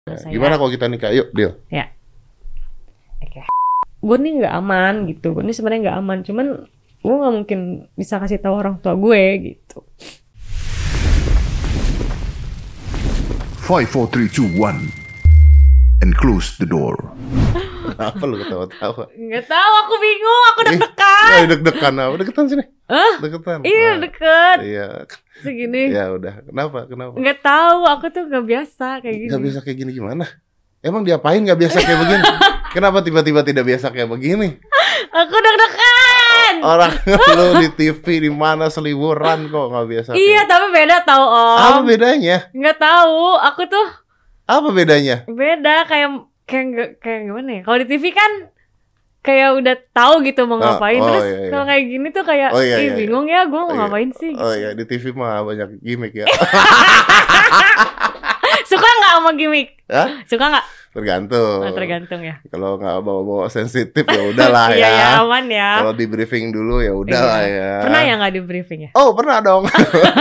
Gimana kalau kita nikah? Yuk, deal. Ya. Oke. Gue nih nggak aman gitu. Gue nih sebenarnya nggak aman. Cuman gue nggak mungkin bisa kasih tahu orang tua gue gitu. 5, 4, 3, 2, 1 and close the door. Apa lu ketawa-tawa? Nggak tahu. Aku bingung. Aku deg-degan. Deg-degan apa? Deketan sini. Deketan. Iya deket. Iya. Segini. Ya udah. Kenapa? Nggak tahu. Aku tuh nggak biasa kayak gini. Nggak biasa kayak gini gimana? Emang diapain nggak biasa kayak begini? Kenapa tiba-tiba tidak biasa kayak begini? Aku deg-degan. Orang lu di TV di mana seliburan kok nggak biasa? Iya, tapi beda tahu Om. Apa bedanya? Nggak tahu. Aku tuh Apa bedanya? beda kayak gimana ya? Kalau di TV kan kayak udah tahu gitu mau ngapain. Terus iya, iya. kalau kayak gini tuh kayak Iya. bingung ya gue mau Iya. ngapain sih. Oh iya, di TV mah banyak gimmick ya. Suka nggak sama gimmick? Hah? Suka nggak? Tergantung. Nah, tergantung ya. Kalau nggak bawa-bawa sensitif ya udahlah Iya ya. ya, aman ya. Kalau di briefing dulu ya udahlah Iya. ya. Pernah ya nggak di briefing ya? Oh pernah dong.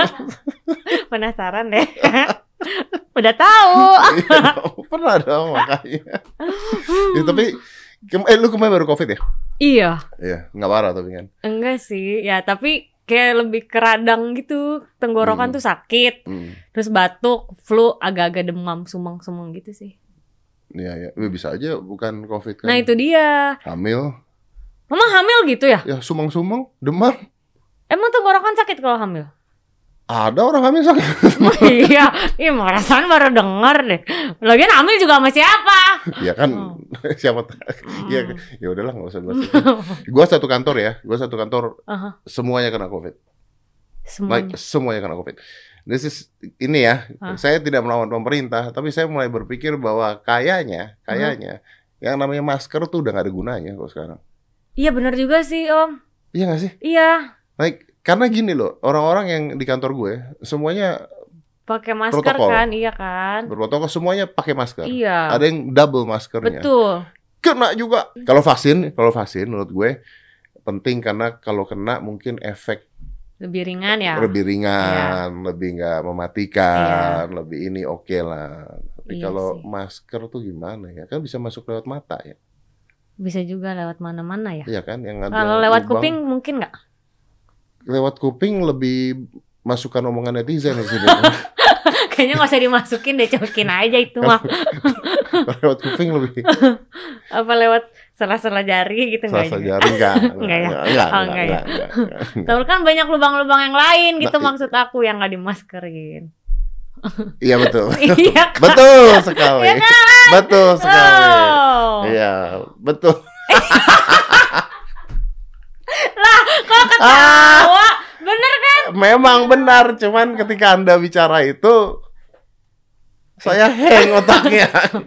Penasaran deh. Udah tahu. Iya dong, pernah dong makanya. Ya, tapi lu kemarin baru COVID ya? Iya. Iya, nggak parah tapi kan. Enggak sih. Ya tapi kayak lebih ke radang gitu. Tenggorokan tuh sakit. Terus batuk, flu, agak-agak demam, sumeng-sumeng gitu sih. Iya, bisa aja bukan COVID kan. Nah itu dia. Hamil. Mama hamil gitu ya? Ya sumeng-sumeng, demam. Emang tenggorokan sakit kalau hamil? Ada orang hamil sakit. Oh, iya, perasaan baru denger deh. Lagian hamil juga sama siapa? Ya kan siapa ya udahlah nggak usah bahas itu. Gua satu kantor ya. Semuanya kena COVID. Semuanya kena COVID. Ini ya, saya tidak melawan pemerintah, tapi saya mulai berpikir bahwa kayaknya yang namanya masker tuh udah gak ada gunanya kok sekarang. Iya benar juga sih Om. Iya gak sih? Iya. Karena gini loh, orang-orang yang di kantor gue semuanya pakai masker protokol. Kan, iya kan? Berprotokol semuanya pakai masker. Iya. Ada yang double maskernya. Betul. Kena juga. Kalau vaksin menurut gue penting karena kalau kena mungkin efek lebih ringan ya. Lebih ringan, lebih nggak mematikan, lebih ini oke lah. Tapi kalau masker tuh gimana ya? Kan bisa masuk lewat mata ya. Bisa juga lewat mana-mana ya. Iya kan? Kalau lewat kuping mungkin nggak? Lewat kuping lebih masukan omongan netizen di sini. Kayaknya nggak usah dimasukin deh, cokin aja itu mah. Lewat kuping lebih. Apa lewat sela-sela jari gitu nggak? Sela-sela jari enggak ya? Enggak. Tapi kan banyak lubang-lubang yang lain gitu maksud aku yang nggak dimaskerin. Iya betul. Iya kan? Betul sekali. Iya kan? Betul sekali. Iya, betul. Lah, kok ketawa? Bener kan? Memang benar, cuman ketika Anda bicara itu saya hang otaknya.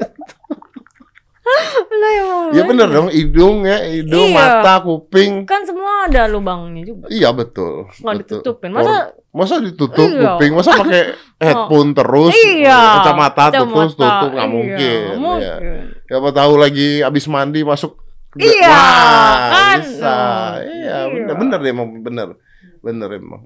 Ya bener dong, hidung, mata, kuping. Kan semua ada lubangnya juga. Iya betul. Nggak ditutupin. Masa ditutup kuping? Masa pakai headphone terus? Kacamata terus tutup? Nggak mungkin. Ya. Siapa tahu lagi abis mandi masuk. Iya. Kan? Bisa. Iya. Bener deh emang bener emang.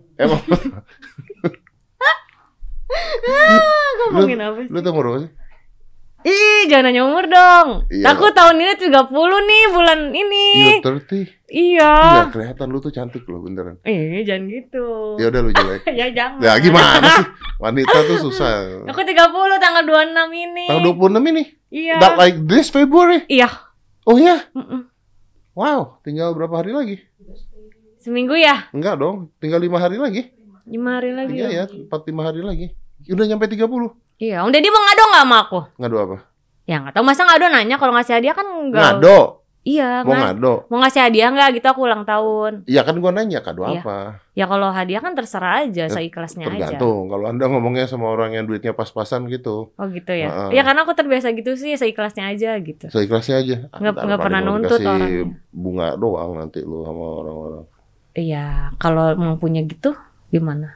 Ngomongin apa sih? Lu tuh umur berapa sih? Ih, jangan nanya umur dong. Iya, aku tahun ini 30 nih, bulan ini. Iya, 30. Iya. Iya, kelihatan lu tuh cantik loh, beneran. Jangan gitu. Ya udah lu jelek. Ya jangan. Ya gimana sih? Wanita tuh susah. Aku 30 tanggal 26 ini. Tanggal 26 ini? Iya. That like this February? Iya. Oh iya? Wow, tinggal berapa hari lagi? Seminggu ya? Enggak dong, tinggal 5 hari lagi. 5 hari lagi. Iya ya, 4-5 hari lagi. Udah nyampe 30. Iya, Om Deddy mau ngado nggak sama aku? Ngado apa? Ya nggak tahu, masa ngado nanya kalau ngasih hadiah kan nggak. Ngado? Iya. Mau ngado? Mau ngasih hadiah nggak gitu, aku ulang tahun. Iya kan gua nanya kado Iya. apa? Ya kalau hadiah kan terserah aja, seikhlasnya aja. Tergantung, kalau Anda ngomongnya sama orang yang duitnya pas-pasan gitu. Oh gitu ya? Iya karena aku terbiasa gitu sih, seikhlasnya aja gitu. Seikhlasnya aja. Nggak pernah nuntut orang. Bunga doang nanti lu sama orang-orang. Iya, kalau mau punya gitu gimana?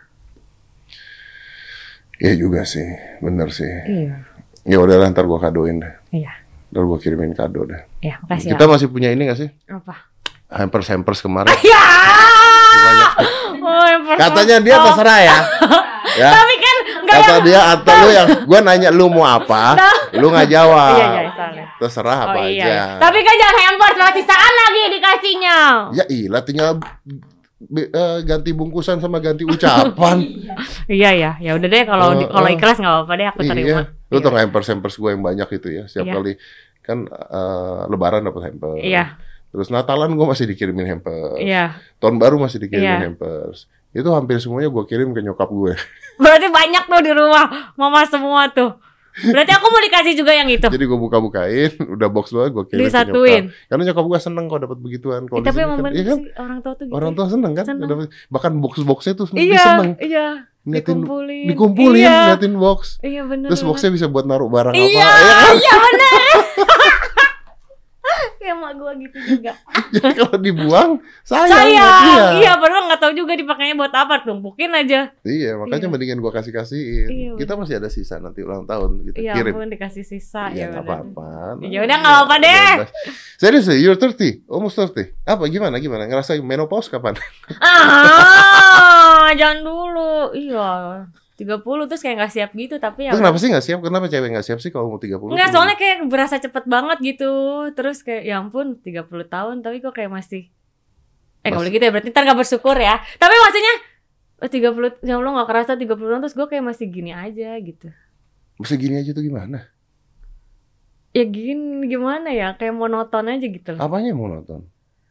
Iya juga sih, bener sih. Iya. Ya udahlah, ntar gua kadoin deh. Iya. Ntar gua kirimin kado deh. Iya, makasih. Kita masih punya ini gak sih? Apa? Hampers kemarin. Ya. Katanya dia terserah ya. Tapi kan Atau dia atau lu yang gue nanya lu mau apa, lu nggak jawab. Iya, salah. Terserah apa aja. Tapi kan jangan hampers, masih sisaan lagi dikasihnya. Ya ilah, tinggal ganti bungkusan sama ganti ucapan. Iya, ya udah deh, kalau ikhlas nggak apa-apa deh, aku terima. Lu tau nggak hampers gue yang banyak itu ya, setiap kali kan Lebaran dapat hampers. Iya. Terus Natalan gue masih dikirimin hampers. Iya. Tahun baru masih dikirimin hampers. Itu hampir semuanya gue kirim ke nyokap gue. Berarti banyak tuh di rumah mama semua tuh. Berarti aku mau dikasih juga yang itu. Jadi gue buka-bukain, udah box doang gue kirim disatuin. ke nyokap. Karena nyokap gue seneng kalau dapat begituan. Tapi emang bener sih, orang tua tuh gitu. Orang tua seneng kan? Bahkan box-boxnya tuh seneng. Iya. Dikumpulin, ngeliatin box. Iya bener. Terus boxnya bisa buat naruh barang apa. Iya bener. Kayak emak gue gitu juga. Jadi kalau dibuang sayang. Iya, padahal nggak tahu juga dipakainya buat apa, tumpukin aja. Iya, makanya mendingan gue kasih-kasihin. Iya, kita masih ada sisa nanti ulang tahun kita kirim. Iya, dikasih sisa. Iya, nggak apa-apa. Ya udah nggak apa-apa deh. Serius sih, you're 30, almost 30. Apa gimana? Ngerasain menopause kapan? Jangan dulu. Iya. 30 terus kayak gak siap gitu, tapi ya. Terus kenapa sih gak siap? Kenapa cewek gak siap sih kalau mau 30? Enggak, soalnya kayak berasa cepet banget gitu. Terus kayak ya ampun 30 tahun tapi kok kayak masih gak boleh gitu ya, berarti ntar gak bersyukur ya. Tapi maksudnya 30, ya Allah gak kerasa 30 tahun terus gue kayak masih gini aja gitu. Masih gini aja tuh gimana? Ya gimana ya, kayak monoton aja gitu loh. Apanya monoton?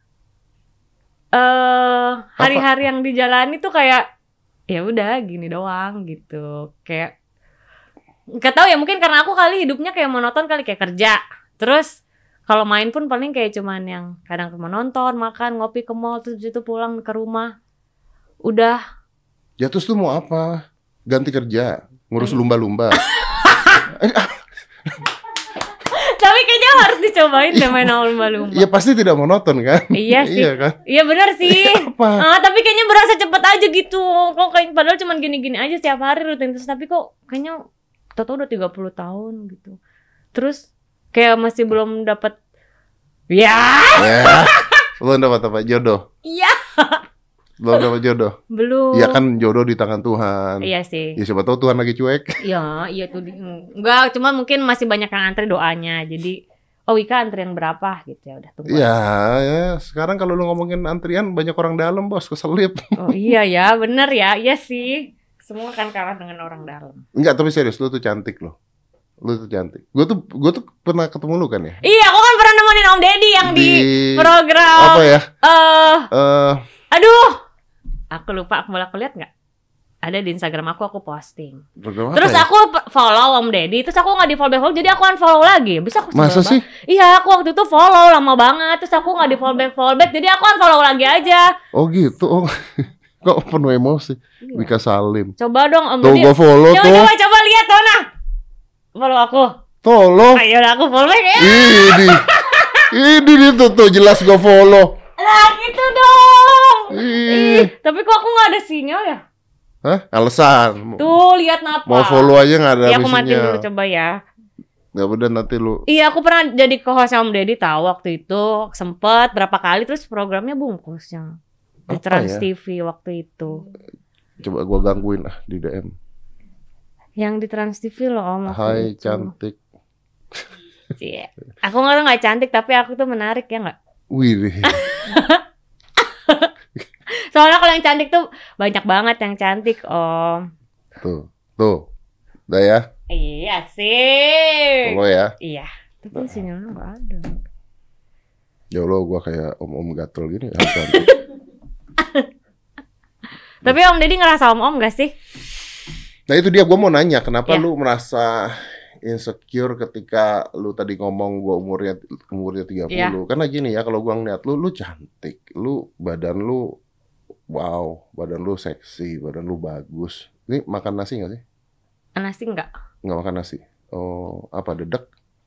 Hari-hari yang dijalani tuh kayak ya udah gini doang gitu, kayak nggak tahu ya, mungkin karena aku kali hidupnya kayak monoton kali, kayak kerja terus kalau main pun paling kayak cuman yang kadang cuma nonton, makan, ngopi ke mall, terus itu pulang ke rumah udah. Ya terus lu mau apa? Ganti kerja, ngurus lumba-lumba. Tapi kayaknya harus dicobain deh main lumba-lumba. Iya pasti tidak monoton kan? Iya sih. Iya kan? Iya benar sih. Apa? Tapi kayaknya berasa cepet aja gitu. Kok kayak padahal cuman gini-gini aja setiap hari rutin terus, tapi kok kayaknya tau udah 30 tahun gitu. Terus kayak masih belum dapat belum dapat apa? Jodoh. Iya. Belum dapat jodoh. Belum. Iya kan, jodoh di tangan Tuhan. Iya sih. Ya siapa tahu Tuhan lagi cuek. Iya tuh. Enggak, cuma mungkin masih banyak yang antri doanya. Jadi Wika antri yang berapa gitu ya, udah tunggu. Iya, sekarang kalau lu ngomongin antrian banyak orang dalam, Bos, keselip. Oh iya ya, bener ya. Iya sih. Semua kan kalah dengan orang dalam. Enggak, tapi serius, lu tuh cantik loh. Lu tuh cantik. Gue tuh pernah ketemu lu kan ya? Iya, aku kan pernah nemenin Om Deddy yang di program apa ya? Aduh, aku lupa. Aku lihat nggak? Ada di Instagram aku posting. Program terus ya? Aku follow Om Deddy, terus aku nggak di follow, jadi aku unfollow lagi. Bisa aku masa sih? Iya, aku waktu itu follow lama banget, terus aku nggak di follow back, jadi aku unfollow lagi aja. Oh gitu. Oh. Kok penuh emosi? Iya. Wika Salim. Coba dong Om Deddy. Tuh gue follow tuh. Coba lihat tuh nah. Follow aku. Follow. Ayo aku follow back ya. Ini tuh jelas gue follow. Lah gitu dong. Tapi kok aku nggak ada sinyal ya? Hah? Alasan. Tuh lihat napa. Mau follow aja nggak ada sinyal. Aku matiin dulu coba ya. Nggak udah nanti lu. Iya, aku pernah jadi co-host Om Deddy tahu waktu itu, sempet berapa kali, terus programnya bungkusnya di Trans TV waktu itu. Coba gua gangguin di DM. Yang di Trans TV loh Om. Hai itu. Cantik. Iya. Aku nggak cantik tapi aku tuh menarik ya nggak? Wih. Soalnya kalau yang cantik tuh banyak banget yang cantik Om. Tuh. Udah ya? Iya sih. Follow ya? Iya. Tapi sinyalnya nggak ada. Ya Allah, gua kayak om-om gatel gini ya. Tapi Om Deddy ngerasa om-om gak sih? Nah itu dia, gua mau nanya kenapa lu merasa insecure ketika lu tadi ngomong gua umurnya 30. Karena gini ya, kalau gua ngeliat lu cantik, lu badan lu wow, badan lu seksi, badan lu bagus. Ini makan nasi nggak sih? Nasi nggak makan nasi. Oh, apa dedek?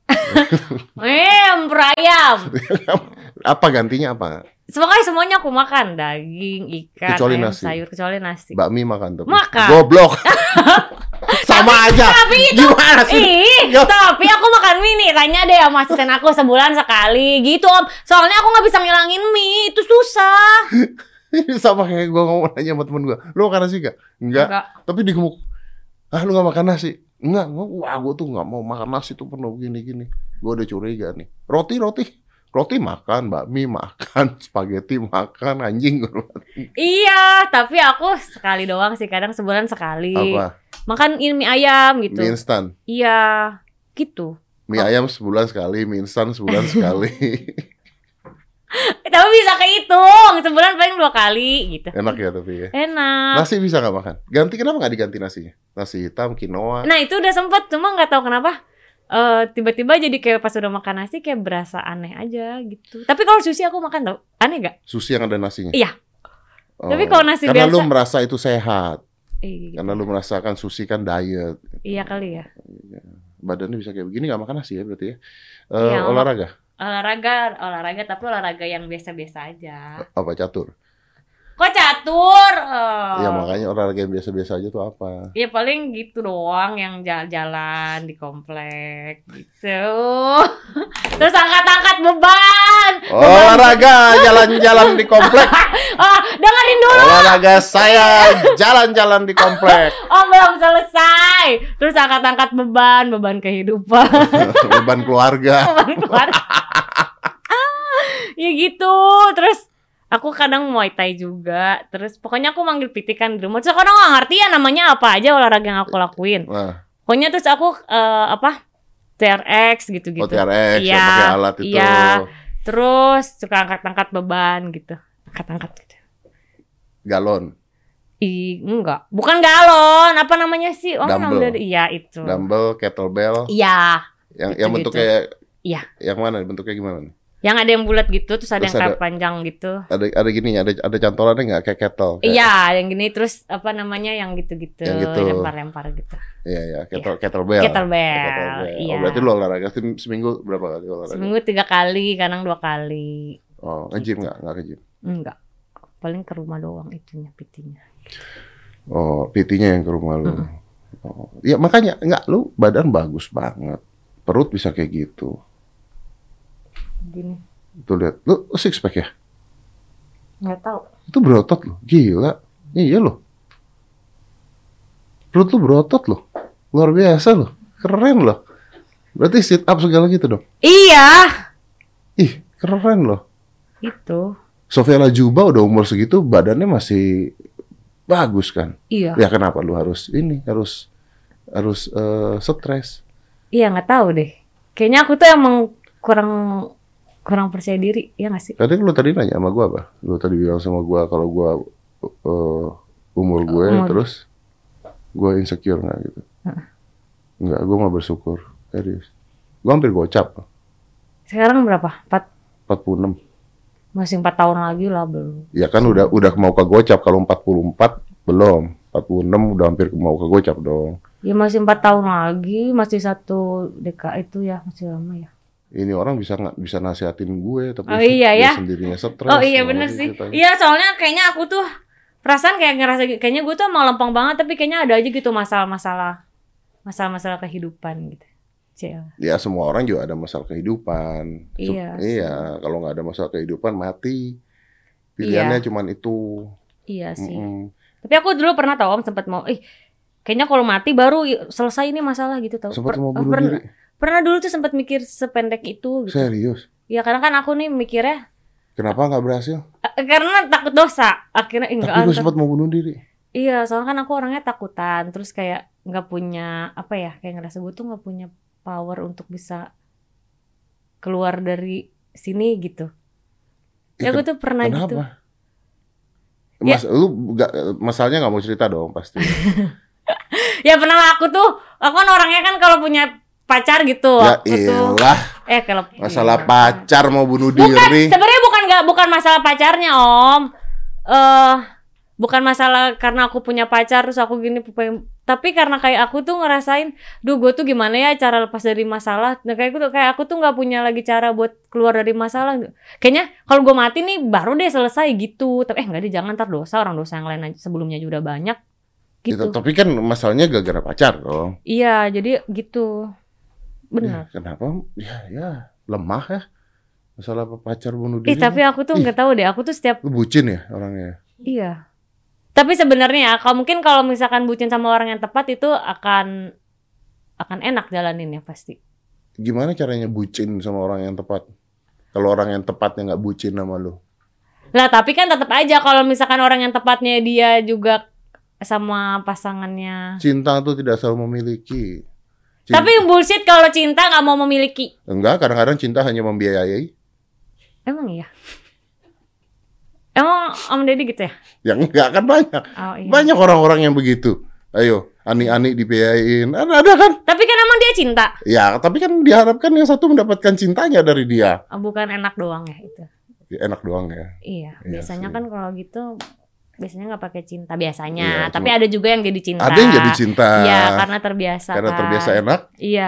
Ayam. Apa gantinya apa? Semuanya aku makan, daging, ikan, kecuali ayam, nasi. sayur, kecuali nasi. Bakmi makan tuh. Makan. Goblok. Sama aja. Tapi itu, gimana sih? Tapi aku makan mie nih. Tanya deh sama asisten aku sebulan sekali gitu Om. Soalnya aku nggak bisa ngilangin mie, itu susah. Sama kayak gue ngomong nanya sama temen gue, lu makan nasi gak? Enggak. Tapi di gemuk. lu nggak makan nasi? Enggak, wah gue tuh nggak mau makan nasi tuh penuh gini-gini. Gue udah curiga nih. Roti makan, bakmi makan, spaghetti makan, anjing. Iya, tapi aku sekali doang sih, kadang sebulan sekali. Apa? Makan mie ayam gitu. Mie instan? Iya, gitu. Mie ayam sebulan sekali, mie instan sebulan sekali. Tapi bisa kehitung, sebulan paling 2 kali gitu. Enak ya tapi ya? Enak. Nasi bisa gak makan? Kenapa gak diganti nasinya? Nasi hitam, quinoa. Nah itu udah sempet, cuma gak tahu kenapa tiba-tiba jadi kayak pas udah makan nasi kayak berasa aneh aja gitu. Tapi kalau sushi aku makan tau, aneh gak? Sushi yang ada nasinya? Iya. Tapi kalau nasi karena biasa, lu merasa itu sehat. gitu. Karena lu merasakan sushi kan diet. Iya kali ya. Badannya bisa kayak begini gak makan nasi ya berarti ya? Iya, Olahraga? Tapi olahraga yang biasa-biasa aja. Apa catur? Kok catur? Ya makanya olahraga yang biasa-biasa aja tuh apa? Ya paling gitu doang, yang jalan-jalan di komplek gitu. Terus angkat-angkat beban. Olahraga jalan-jalan di komplek. Dengerin dulu. Olahraga saya jalan-jalan di komplek. Belum selesai. Terus angkat-angkat beban kehidupan. Beban keluarga. Ya gitu. Terus aku kadang Muay Thai juga. Terus pokoknya aku manggil pitikan di rumah. Terus kadang gak ngerti ya namanya apa aja olahraga yang aku lakuin. Pokoknya terus aku TRX gitu-gitu. TRX, iya, pakai alat itu. Iya. Terus suka angkat-angkat beban gitu. Angkat-angkat gitu. Galon. Enggak. Bukan galon. Apa namanya sih? Dumbbell. Iya itu. Dumbbell, kettlebell. Iya. Yang bentuknya. Iya. Yang mana? Bentuknya gimana nih? Yang ada yang bulat gitu, terus ada yang kayak panjang gitu. Ada gininya, ada cantolannya nggak kayak kettle? Iya, yang gini terus apa namanya yang gitu-gitu, yang gitu. lempar-lempar gitu. Iya, kettlebell. Iya. Oh, berarti lo olahraga seminggu berapa kali olahraga? Seminggu 3 kali, kadang 2 kali. Oh, nge-gym nggak ke gym? Enggak. Paling ke rumah doang itunya, PT-nya. Oh, PT-nya yang ke rumah lu. Oh, ya makanya lu badan bagus banget. Perut bisa kayak gitu. Gini. Tuh lihat, lu six pack ya? Nggak tahu. Itu berotot loh, gila. Iya loh. Perut lu berotot loh, luar biasa loh, keren loh. Berarti sit up segala gitu dong? Iya. Ih, keren loh. Itu. Sofia Lajuba udah umur segitu, badannya masih bagus kan? Iya. Ya kenapa lu harus stres? Iya nggak tahu deh. Kayaknya aku tuh emang kurang percaya diri, ya nggak sih? Tadi lu tadi nanya sama gua apa? Lu tadi bilang sama gua kalau gua umur gue terus gua insecure nggak gitu? Nggak, gua nggak bersyukur, serius. Gua hampir gocap. Sekarang berapa? 46. Masih 4 tahun lagi lah belum. Ya kan udah mau ke gocap, kalau 44 belum. 46 udah hampir mau ke gocap dong. Ya masih 4 tahun lagi, masih 1 dekade itu ya, masih lama ya. Ini orang bisa nasihatin gue, tapi iya, dia sendirinya stres. Oh iya bener sih. Iya soalnya kayaknya aku tuh perasaan kayak ngerasa kayaknya gue tuh mau lempeng banget, tapi kayaknya ada aja gitu masalah kehidupan gitu. Ya semua orang juga ada masalah kehidupan. Iya. Kalau nggak ada masalah kehidupan mati. Pilihannya cuman itu. Iya sih. Tapi aku dulu pernah tau Om sempat mau, kayaknya kalau mati baru selesai ini masalah gitu tau. Sempat mau bunuh diri. Pernah dulu tuh sempat mikir sependek itu gitu. Serius? Ya karena kan aku nih mikirnya. Kenapa nggak berhasil? Karena takut dosa. Akhirnya enggak. Tapi gue sempat mau bunuh diri. Iya, soalnya kan aku orangnya takutan. Terus kayak nggak punya apa ya? Kayak ngerasa gue tuh nggak punya power untuk bisa keluar dari sini gitu. Ya gue tuh pernah kenapa? gitu. Lu masalahnya nggak mau cerita dong pasti. Ya pernah lah aku kan orangnya kan kalau punya pacar gitu. Ya iyalah. Kalau masalah pacar mau bunuh diri. Sebenarnya bukan masalah pacarnya Om. Bukan masalah karena aku punya pacar terus aku gini, tapi karena kayak aku tuh ngerasain, gue tuh gimana ya cara lepas dari masalah. Nah kayak aku tuh nggak punya lagi cara buat keluar dari masalah. Kayaknya kalau gue mati nih baru deh selesai gitu. Tapi enggak deh, jangan ntar dosa yang lain aja sebelumnya juga udah banyak. Gitu. Tapi kan masalahnya gara-gara pacar dong. Iya, jadi gitu. Benar. Ya, kenapa? Ya lemah ya. Masalah pacar bunuh diri. Tapi aku tuh nggak tahu deh. Aku tuh setiap. Lu bucin ya orangnya? Iya. Tapi sebenarnya kalau misalkan bucin sama orang yang tepat itu akan enak jalaninnya pasti. Gimana caranya bucin sama orang yang tepat? Kalau orang yang tepatnya nggak bucin sama lu? Lah tapi kan tetap aja kalau misalkan orang yang tepatnya dia juga sama pasangannya. Cinta tuh tidak selalu memiliki. Tapi bullshit kalau cinta nggak mau memiliki. Enggak, kadang-kadang cinta hanya membiayai. Emang iya? Emang Om Deddy gitu ya? Ya enggak, kan banyak. Oh, iya. Banyak orang-orang yang begitu. Ayo, ani-ani dibiayain. Ada kan? Tapi kan emang dia cinta. Ya, tapi kan diharapkan yang satu mendapatkan cintanya dari dia. Bukan enak doang ya itu. Ya, enak doang ya. Iya, biasanya sih. kan kalau gitu biasanya nggak pakai cinta biasanya, Iya, tapi ada juga yang jadi cinta. Ada yang jadi cinta. Iya, karena terbiasa. Karena kan. terbiasa enak. Iya.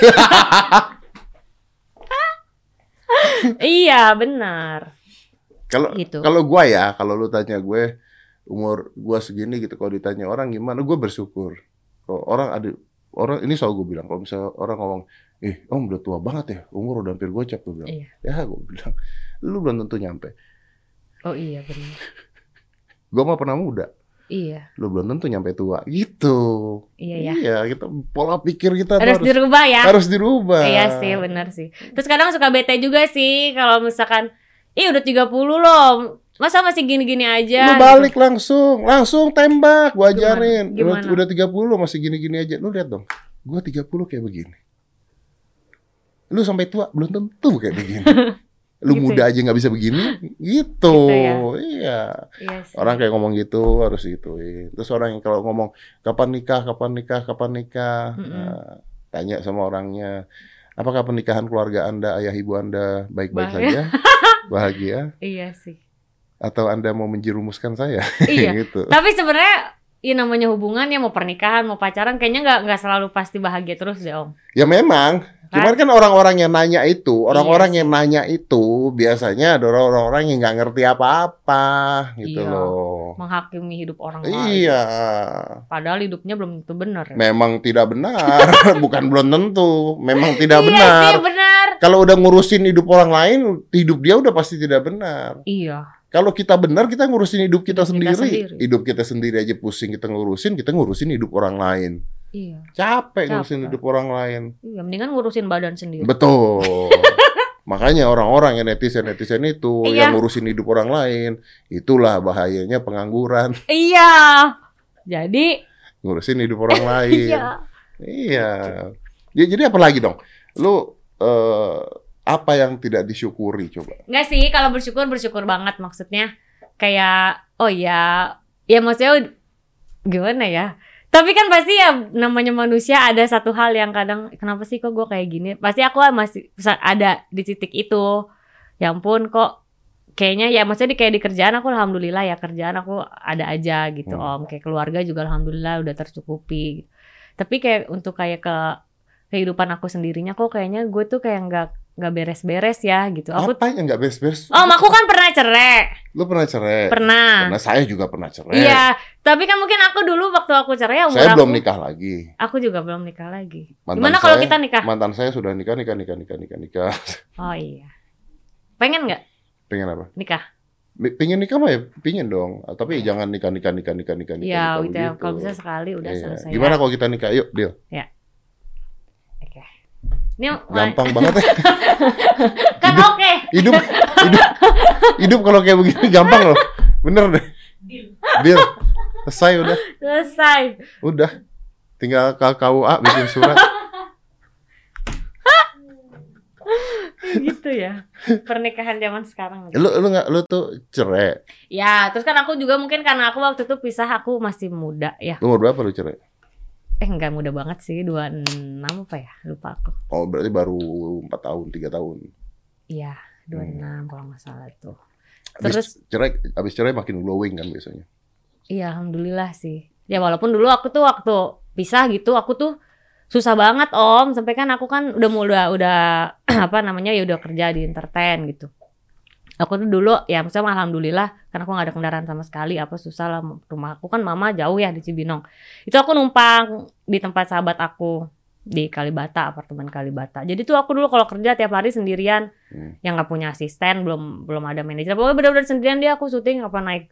Iya, benar. Kalau kalau lu tanya gue umur gue segini gitu, kalau ditanya orang gimana, gue bersyukur. Kalau orang ini selalu gue bilang, kalau misalnya orang ngomong, Om udah tua banget ya, umur udah hampir gocap, gue bilang. Iya. Ya gue bilang, lu belum tentu nyampe. Oh iya benar. Gue mah pernah muda. Iya. Lu belum tentu nyampe tua gitu. Iya ya. Iya, kita pola pikir kita Harus dirubah ya. Harus dirubah. Iya sih, benar sih. Terus kadang suka bete juga sih kalau misalkan udah 30 loh. Masa masih gini-gini aja? Lu balik gitu. langsung tembak, gua ajarin. Gimana? Udah 30 masih gini-gini aja. Lu lihat dong. Gua 30 kayak begini. Lu sampai tua belum tentu kayak begini. Lu Gitu muda ya? aja nggak bisa begini, gitu. Gitu ya? Iya. Iya sih. Orang kayak ngomong gitu harus gituin. Terus orang yang kalau ngomong kapan nikah, nah, tanya sama orangnya, apakah pernikahan keluarga Anda, ayah ibu Anda baik-baik saja, bahagia? Iya sih. Atau Anda mau menjerumuskan saya? Iya. Gitu. Tapi sebenarnya namanya hubungan ya, mau pernikahan, mau pacaran, kayaknya nggak selalu pasti bahagia terus deh Om. Ya memang. Cuman kan orang-orang yang nanya itu, yang nanya itu biasanya ada orang-orang yang nggak ngerti apa-apa, gitu loh. Menghakimi hidup orang lain. Iya. Padahal hidupnya belum tentu benar. Ya? Memang tidak benar, bukan belum tentu. Memang tidak Iya benar. sih, benar. Kalau udah ngurusin hidup orang lain, hidup dia udah pasti tidak benar. Iya. Kalau kita benar, kita ngurusin hidup kita sendiri. sendiri. Hidup kita sendiri aja pusing kita ngurusin hidup orang lain. Iya. Capek ngurusin hidup orang lain. Iya, mendingan ngurusin badan sendiri. Betul. Makanya orang-orang yang netizen itu Iya. yang ngurusin hidup orang lain, itulah bahayanya pengangguran. Iya. Jadi Ngurusin hidup orang lain. iya. Iya. Ya, jadi apa lagi dong? Lu apa yang tidak disyukuri coba? Enggak sih, kalau bersyukur banget maksudnya. Kayak ya maksudnya gimana ya? Tapi kan pasti ya namanya manusia ada satu hal yang kadang kenapa sih kok gue kayak gini? Pasti aku masih ada di titik itu. Ya ampun kok kayaknya ya maksudnya kayak di kerjaan aku alhamdulillah ya kerjaan aku ada aja gitu Om. Kayak keluarga juga alhamdulillah udah tercukupi. Tapi kayak untuk kayak ke kehidupan aku sendirinya kok kayaknya gue tuh kayak nggak beres-beres ya gitu. Apa yang nggak beres-beres? Aku kan pernah cerai. Lu pernah cerai? Pernah. Karena saya juga pernah cerai. Iya, tapi kan mungkin aku dulu waktu aku cerai umur saya aku, belum nikah lagi. Aku juga belum nikah lagi. Mantan Gimana kalau saya- kita nikah? Mantan saya sudah nikah. Oh iya. Pengen nggak Pengen apa? nikah? Pengen nikah mah ya, pengen dong. Tapi jangan nikah. Iya, gitu ya. begitu. Kalau bisa sekali udah Iya. selesai. Gimana ya. kalau kita nikah? Yuk, deal. Oke. Ini Gampang banget ya. kan oke. Hidup kalau kayak begini gampang loh. Bener deh. Deal. Selesai udah. Selesai. Udah. Tinggal ke KUA bikin surat. Gitu ya. Pernikahan zaman sekarang. Lu tuh cerai. Ya, terus kan aku juga mungkin karena aku waktu itu pisah aku masih muda ya. Umur berapa lu cerai? Enggak muda banget sih, 26 apa ya? Lupa aku. Oh, berarti baru 4 tahun, 3 tahun. Iya, 26 kalau nggak salah tuh. Abis cerai makin glowing kan biasanya. Iya, alhamdulillah sih. Ya walaupun dulu aku tuh waktu pisah gitu, aku tuh susah banget Om. Sampai kan aku kan udah apa namanya ya udah kerja di entertain gitu. Aku tuh dulu ya maksudnya alhamdulillah karena aku gak ada kendaraan sama sekali apa susah lah, rumah aku kan mama jauh ya di Cibinong. Itu aku numpang di tempat sahabat aku di Kalibata, apartemen Kalibata. Jadi tuh aku dulu kalau kerja tiap hari sendirian, yang nggak punya asisten, belum ada manajer. Pokoknya benar-benar sendirian dia aku syuting apa naik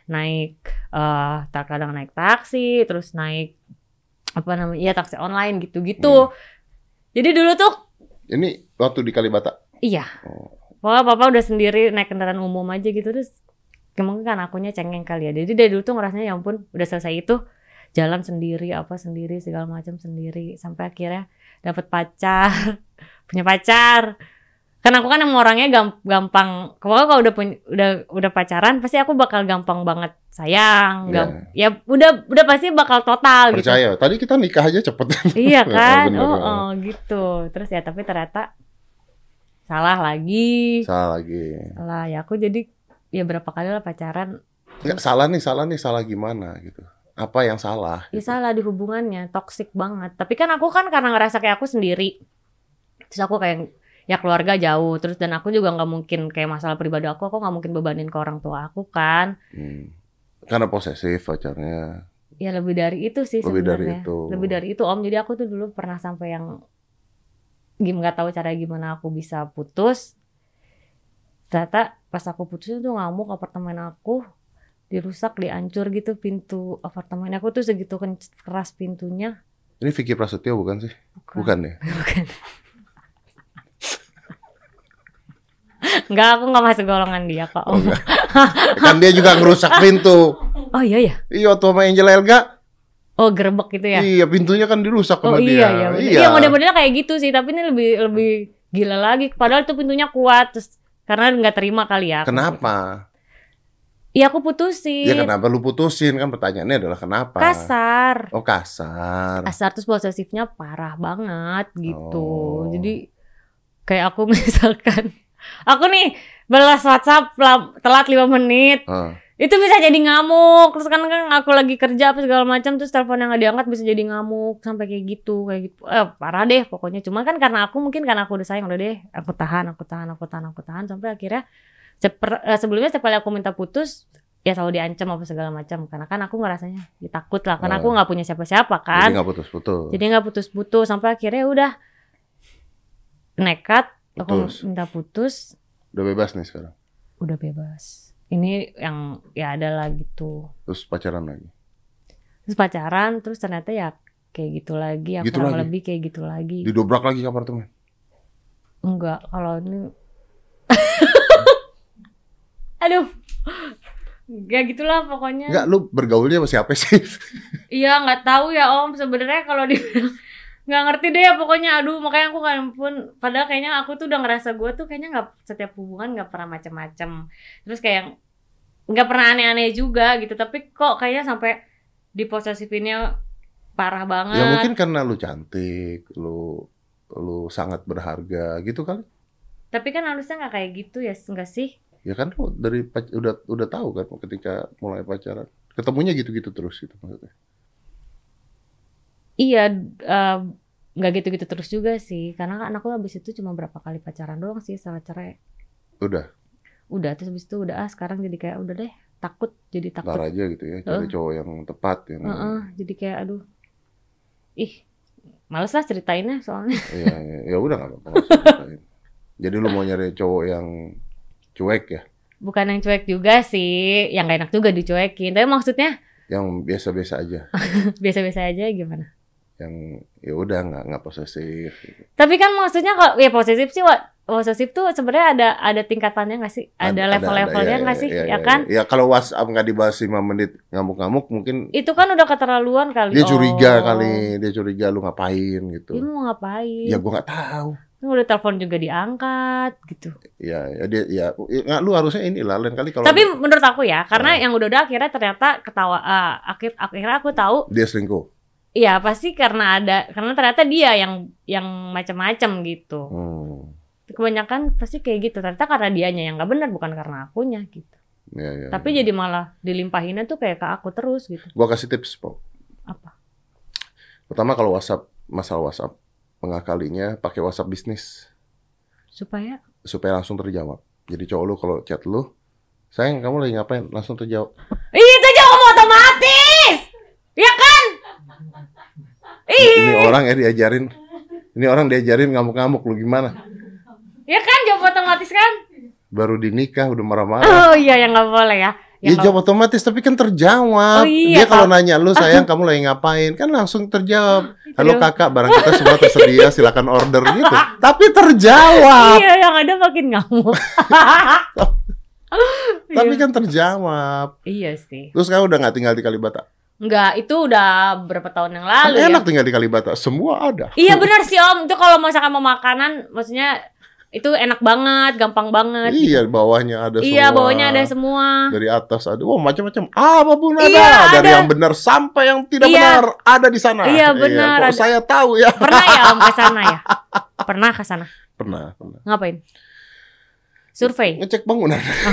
naik terkadang naik taksi, terus naik taksi online gitu-gitu. Jadi dulu tuh ini waktu di Kalibata. Iya. Pokoknya papa udah sendiri naik kendaraan umum aja gitu, terus mungkin kan akunya cengeng kali ya. Jadi dari dulu tuh ngerasanya ya ampun udah selesai itu jalan sendiri, apa sendiri, segala macam sendiri, sampai akhirnya dapat pacar, punya pacar. Kan aku kan emang orangnya gampang. Kalau udah pacaran pasti aku bakal gampang banget sayang. Ya udah pasti bakal total. Percaya. Gitu. Tadi kita nikah aja cepet. Iya kan? Gitu. Terus ya tapi ternyata salah lagi. Salah ya aku jadi ya berapa kali lah pacaran. Enggak salah nih gimana gitu. Apa yang salah? Ya gitu. Salah di hubungannya, toksik banget. Tapi kan aku kan karena ngerasa kayak aku sendiri. Terus aku kayak ya keluarga jauh. Terus dan aku juga nggak mungkin kayak masalah pribadi aku nggak mungkin bebanin ke orang tua aku kan. Karena posesif pacarnya. Ya lebih dari itu sih sebenarnya. Lebih dari itu Om. Jadi aku tuh dulu pernah sampai yang nggak tahu cara gimana aku bisa putus. Ternyata pas aku putus itu ngamuk apartemen aku. Dirusak, dihancur gitu pintu apartemen aku tuh segitu keras pintunya. Ini Vicky Prasetyo bukan sih? Bukan ya? Bukan. Enggak, aku nggak masuk golongan dia kok. Kan dia juga ngerusak pintu. Oh iya ya? Iya, waktu sama Angel Elga. Oh gerbek gitu ya? Iya, pintunya kan dirusak sama dia. Iya, model-modelnya kayak gitu sih. Tapi ini lebih gila lagi. Padahal tuh pintunya kuat. Terus karena nggak terima kali ya. Kenapa? Iya aku putusin. Ya kenapa lu putusin? Kan pertanyaannya adalah kenapa? Kasar. Oh kasar. Kasar terus posesifnya parah banget gitu. Jadi kayak aku misalkan aku nih balas WhatsApp telat 5 menit. Itu bisa jadi ngamuk. Terus kan aku lagi kerja apa segala macam, terus teleponnya nggak diangkat bisa jadi ngamuk sampai kayak gitu. Parah deh pokoknya. Cuma kan karena aku udah sayang, udah deh aku tahan sampai akhirnya sebelumnya setiap kali aku minta putus ya selalu diancam apa segala macam karena kan aku ngerasanya takut lah karena aku nggak punya siapa-siapa kan. Jadi nggak putus-putus sampai akhirnya udah nekat aku minta putus. Udah bebas nih sekarang. Udah bebas. Ini yang ya ada lah gitu. Terus pacaran lagi. Terus ternyata ya kayak gitu lagi. Yang kurang lebih kayak gitu lagi. Didobrak lagi ke apartemen? Enggak, kalau ini aduh. Ya gitulah pokoknya. Enggak, lu bergaulnya sama siapa sih? Iya, nggak tahu ya Om. Sebenarnya kalau dibilang nggak ngerti deh ya pokoknya. Aduh, makanya aku kan pun padahal kayaknya aku tuh udah ngerasa gue tuh kayaknya nggak setiap hubungan nggak pernah macam-macam. Terus kayak nggak pernah aneh-aneh juga gitu. Tapi kok kayaknya sampai diposesifinnya parah banget. Ya mungkin karena lu cantik, lu sangat berharga gitu kali. Tapi kan harusnya nggak kayak gitu ya, nggak sih? Ya kan lu udah tahu kan ketika mulai pacaran. Ketemunya gitu-gitu terus gitu maksudnya. Iya, nggak gitu-gitu terus juga sih. Karena kan aku habis itu cuma berapa kali pacaran doang sih setelah cerai. Udah terus habis itu udah sekarang jadi kayak udah deh takut. Ntar aja gitu ya, cari cowok yang tepat yang. Jadi kayak aduh, males lah ceritainnya soalnya. Iya, ya udah nggak apa-apa ceritain. Jadi lu mau nyari cowok yang cuek ya? Bukan yang cuek juga sih, yang gak enak juga dicuekin. Tapi maksudnya yang biasa-biasa aja. Biasa-biasa aja gimana? Yang ya udah nggak posesif. Gitu. Tapi kan maksudnya kalau ya posesif sih, posesif tuh sebenarnya ada tingkatannya nggak sih? Ada level-levelnya nggak sih? Ya kan? Ya kalau WhatsApp nggak dibahas 5 menit ngamuk-ngamuk mungkin. Itu kan udah keterlaluan kali. Dia curiga lu ngapain gitu. Dia mau ngapain? Ya gua nggak tahu. Udah telepon juga diangkat gitu. Ya lu harusnya inilah lain kali kalau. Tapi menurut aku ya, karena yang udah akhirnya ternyata ketawa akhirnya aku tahu dia selingkuh. Iya, pasti karena ternyata dia yang macam-macam gitu. Kebanyakan pasti kayak gitu. Ternyata karena dianya yang nggak benar, bukan karena akunya gitu. Tapi jadi malah dilimpahinnya tuh kayak ke aku terus gitu. Gua kasih tips, Po. Apa? Pertama kalau masalah WhatsApp mengakalinya pakai WhatsApp bisnis supaya langsung terjawab. Jadi cowok lu kalau chat lu, sayang kamu lagi ngapain, langsung terjawab. Itu jawab otomatis, ya kan? Ini orang diajarin ngamuk-ngamuk lu gimana? Ya kan jawab otomatis kan? Baru dinikah udah marah-marah. Oh iya yang nggak boleh ya. Ya jawab otomatis, tapi kan terjawab. Dia kalau nanya lu sayang kamu lagi ngapain, kan langsung terjawab. Halo kakak, barang kita semua tersedia, silakan order gitu. Tapi terjawab. Iya, yang ada makin ngamuk. Tapi kan terjawab. Iya sih. Terus kamu udah nggak tinggal di Kalibata? Enggak, itu udah berapa tahun yang lalu kan enak tinggal di Kalibata, semua ada. Iya benar sih Om, itu kalau misalkan mau makanan, maksudnya itu enak banget, gampang banget. Iya, gitu. Bawahnya ada semua. Iya, bawahnya ada semua. Dari atas ada, macam-macam. Apapun ada. Dari yang benar sampai yang tidak benar ada di sana. Iya, benar. Saya tahu ya. Pernah ya Om ke sana ya? Pernah ke sana? Pernah. Ngapain? Survei. Ngecek bangunan.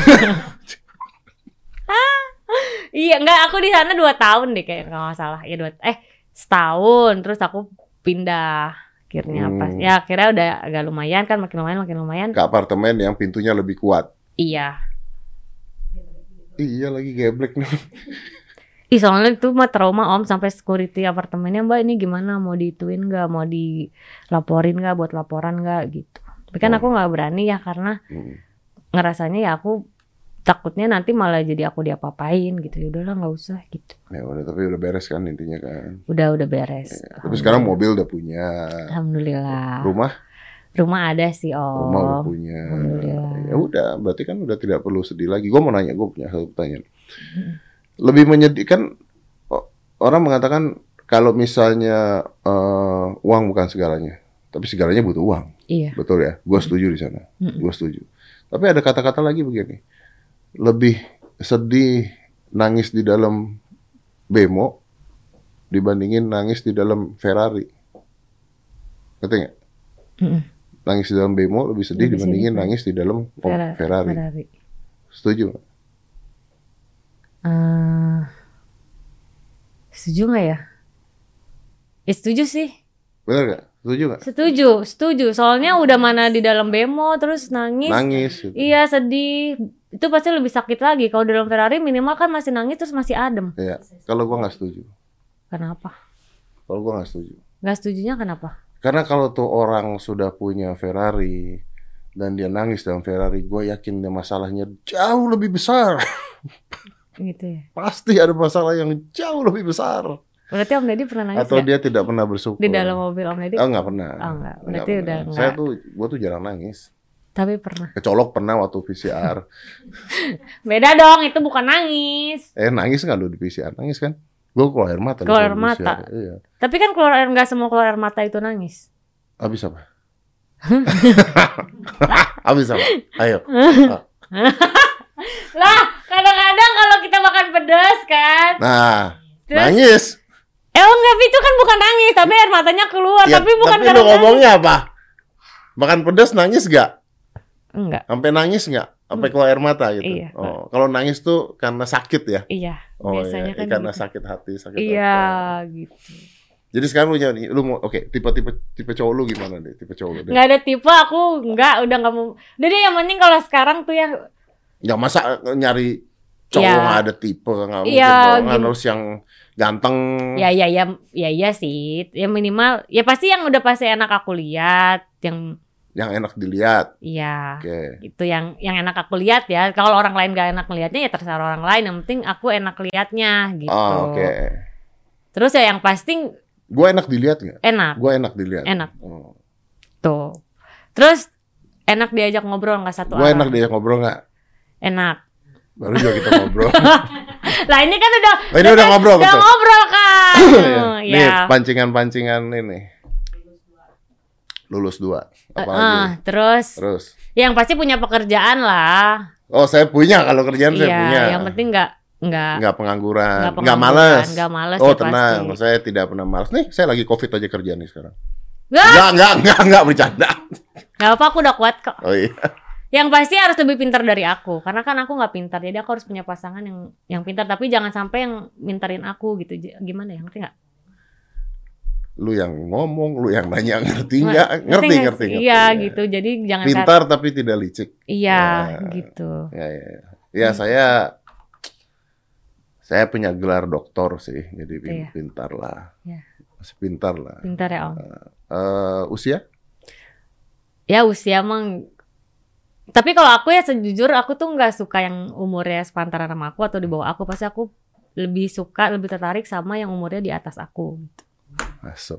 Iya, enggak, aku di sana 2 tahun deh kayak enggak salah. Ya setahun, terus aku pindah. Akhirnya apa? Ya akhirnya udah agak lumayan kan, makin lumayan. Ke apartemen yang pintunya lebih kuat. Iya. Iya lagi geblek nih. Soalnya itu mah trauma Om, sampai security apartemennya, Mbak ini gimana, mau diituin nggak, mau dilaporin nggak, buat laporan nggak gitu. Tapi kan aku nggak berani ya karena ngerasanya ya aku takutnya nanti malah jadi aku diapa-apain gitu. Ya udahlah nggak usah gitu. Ya udah, tapi udah beres kan intinya kan. Udah beres. Ya, tapi sekarang mobil udah punya. Alhamdulillah. Rumah ada sih Om. Rumah udah punya. Alhamdulillah. Ya udah, berarti kan udah tidak perlu sedih lagi. Gue mau nanya, gue punya satu pertanyaan. Lebih menyedihkan, orang mengatakan kalau misalnya uang bukan segalanya, tapi segalanya butuh uang. Iya. Betul ya? Gue setuju di sana. Gue setuju. Tapi ada kata-kata lagi begini. Lebih sedih nangis di dalam bemo dibandingin nangis di dalam Ferrari. Ngerti nggak? Nangis di dalam bemo lebih sedih dibandingin nangis di dalam Ferrari. Setuju nggak? Setuju nggak ya? Ya setuju sih. Benar nggak? Setuju nggak? Setuju. Soalnya udah mana di dalam bemo terus nangis. Gitu. Iya sedih. Itu pasti lebih sakit lagi. Kalau dalam Ferrari minimal kan masih nangis terus masih adem. Iya. Kalau gua nggak setuju. Kenapa? Kalau gua nggak setuju. Nggak setujunya kenapa? Karena kalau tuh orang sudah punya Ferrari dan dia nangis dalam Ferrari, gue yakin dia masalahnya jauh lebih besar. Gitu ya. Pasti ada masalah yang jauh lebih besar. Berarti Om Deddy pernah nangis atau gak? Dia tidak pernah bersyukur Di dalam mobil Om Deddy? Oh nggak pernah. Oh enggak. Berarti udah enggak. Gue tuh jarang nangis. Tapi pernah. Kecolok pernah waktu PCR. Beda dong, itu bukan nangis. Nangis nggak lu di PCR? Nangis kan? Gue keluar air mata. Keluar air mata. Iya. Tapi kan keluar air, nggak semua keluar air mata itu nangis. Habis apa? Habis apa? Ayo. Lah, kadang-kadang kalau kita makan pedas kan. Nah, terus, nangis. Enggak, itu kan bukan nangis, tapi air matanya keluar. Ya, tapi bukan karena lu ngomongnya apa? Makan pedas nangis gak? Enggak. Sampai nangis gak? Sampai keluar air mata gitu? Iya. Oh, kalau nangis tuh karena sakit ya? Iya. Oh, biasanya iya. kan Karena gitu. sakit hati, sakit iya, apa. Gitu. Jadi sekarang lu mau tipe cowok lu gimana deh? Tipe cowok lu deh. Nggak ada tipe, aku udah nggak mau. Jadi yang penting kalau sekarang tuh ya. Ya masa nyari cowok nggak ada tipe, nggak mungkin dong. Harus yang ganteng. Ya sih. Ya minimal, ya pasti yang udah pasti enak aku lihat, yang enak dilihat. Iya. Okay. Itu yang enak aku lihat ya. Kalau orang lain gak enak lihatnya ya terserah orang lain. Yang penting aku enak lihatnya gitu. Oh, oke. Terus ya yang pasti. Gue enak dilihat nggak? Enak. Gue enak dilihat. Enak. Oh. Tuh. Terus enak diajak ngobrol nggak satu Gue enak diajak ngobrol nggak? Enak. Baru juga kita ngobrol. Lah ini kan udah. Ini udah ngobrol betul. Udah ngobrol kan. Nih pancingan-pancingan ini. Lulus 2. Apalagi? Terus. Yang pasti punya pekerjaan lah. Oh saya punya, kalau kerjaan saya punya. Yang penting nggak pengangguran, nggak malas. Oh tenang, pasti. Saya tidak pernah malas. Nih saya lagi COVID aja kerjaan nih sekarang. Nggak bercanda. Nggak apa, aku udah kuat kok. Oh iya. Yang pasti harus lebih pintar dari aku, karena kan aku nggak pintar, jadi aku harus punya pasangan yang pintar, tapi jangan sampai yang mintarin aku gitu. Gimana ya, ngerti nggak? Lu yang ngomong, lu yang nanya, ngerti nggak? Ngerti. Iya gitu, jadi jangan pintar tapi tidak licik. Iya gitu. Ya saya punya gelar doktor sih, jadi pintar lah. Ya. Masih pintar lah. Pintar ya Om. Usia? Ya usia emang Tapi kalau aku ya sejujur aku tuh nggak suka yang umurnya sepantaran sama aku atau di bawah aku. Pasti aku lebih tertarik sama yang umurnya di atas aku. Masuk.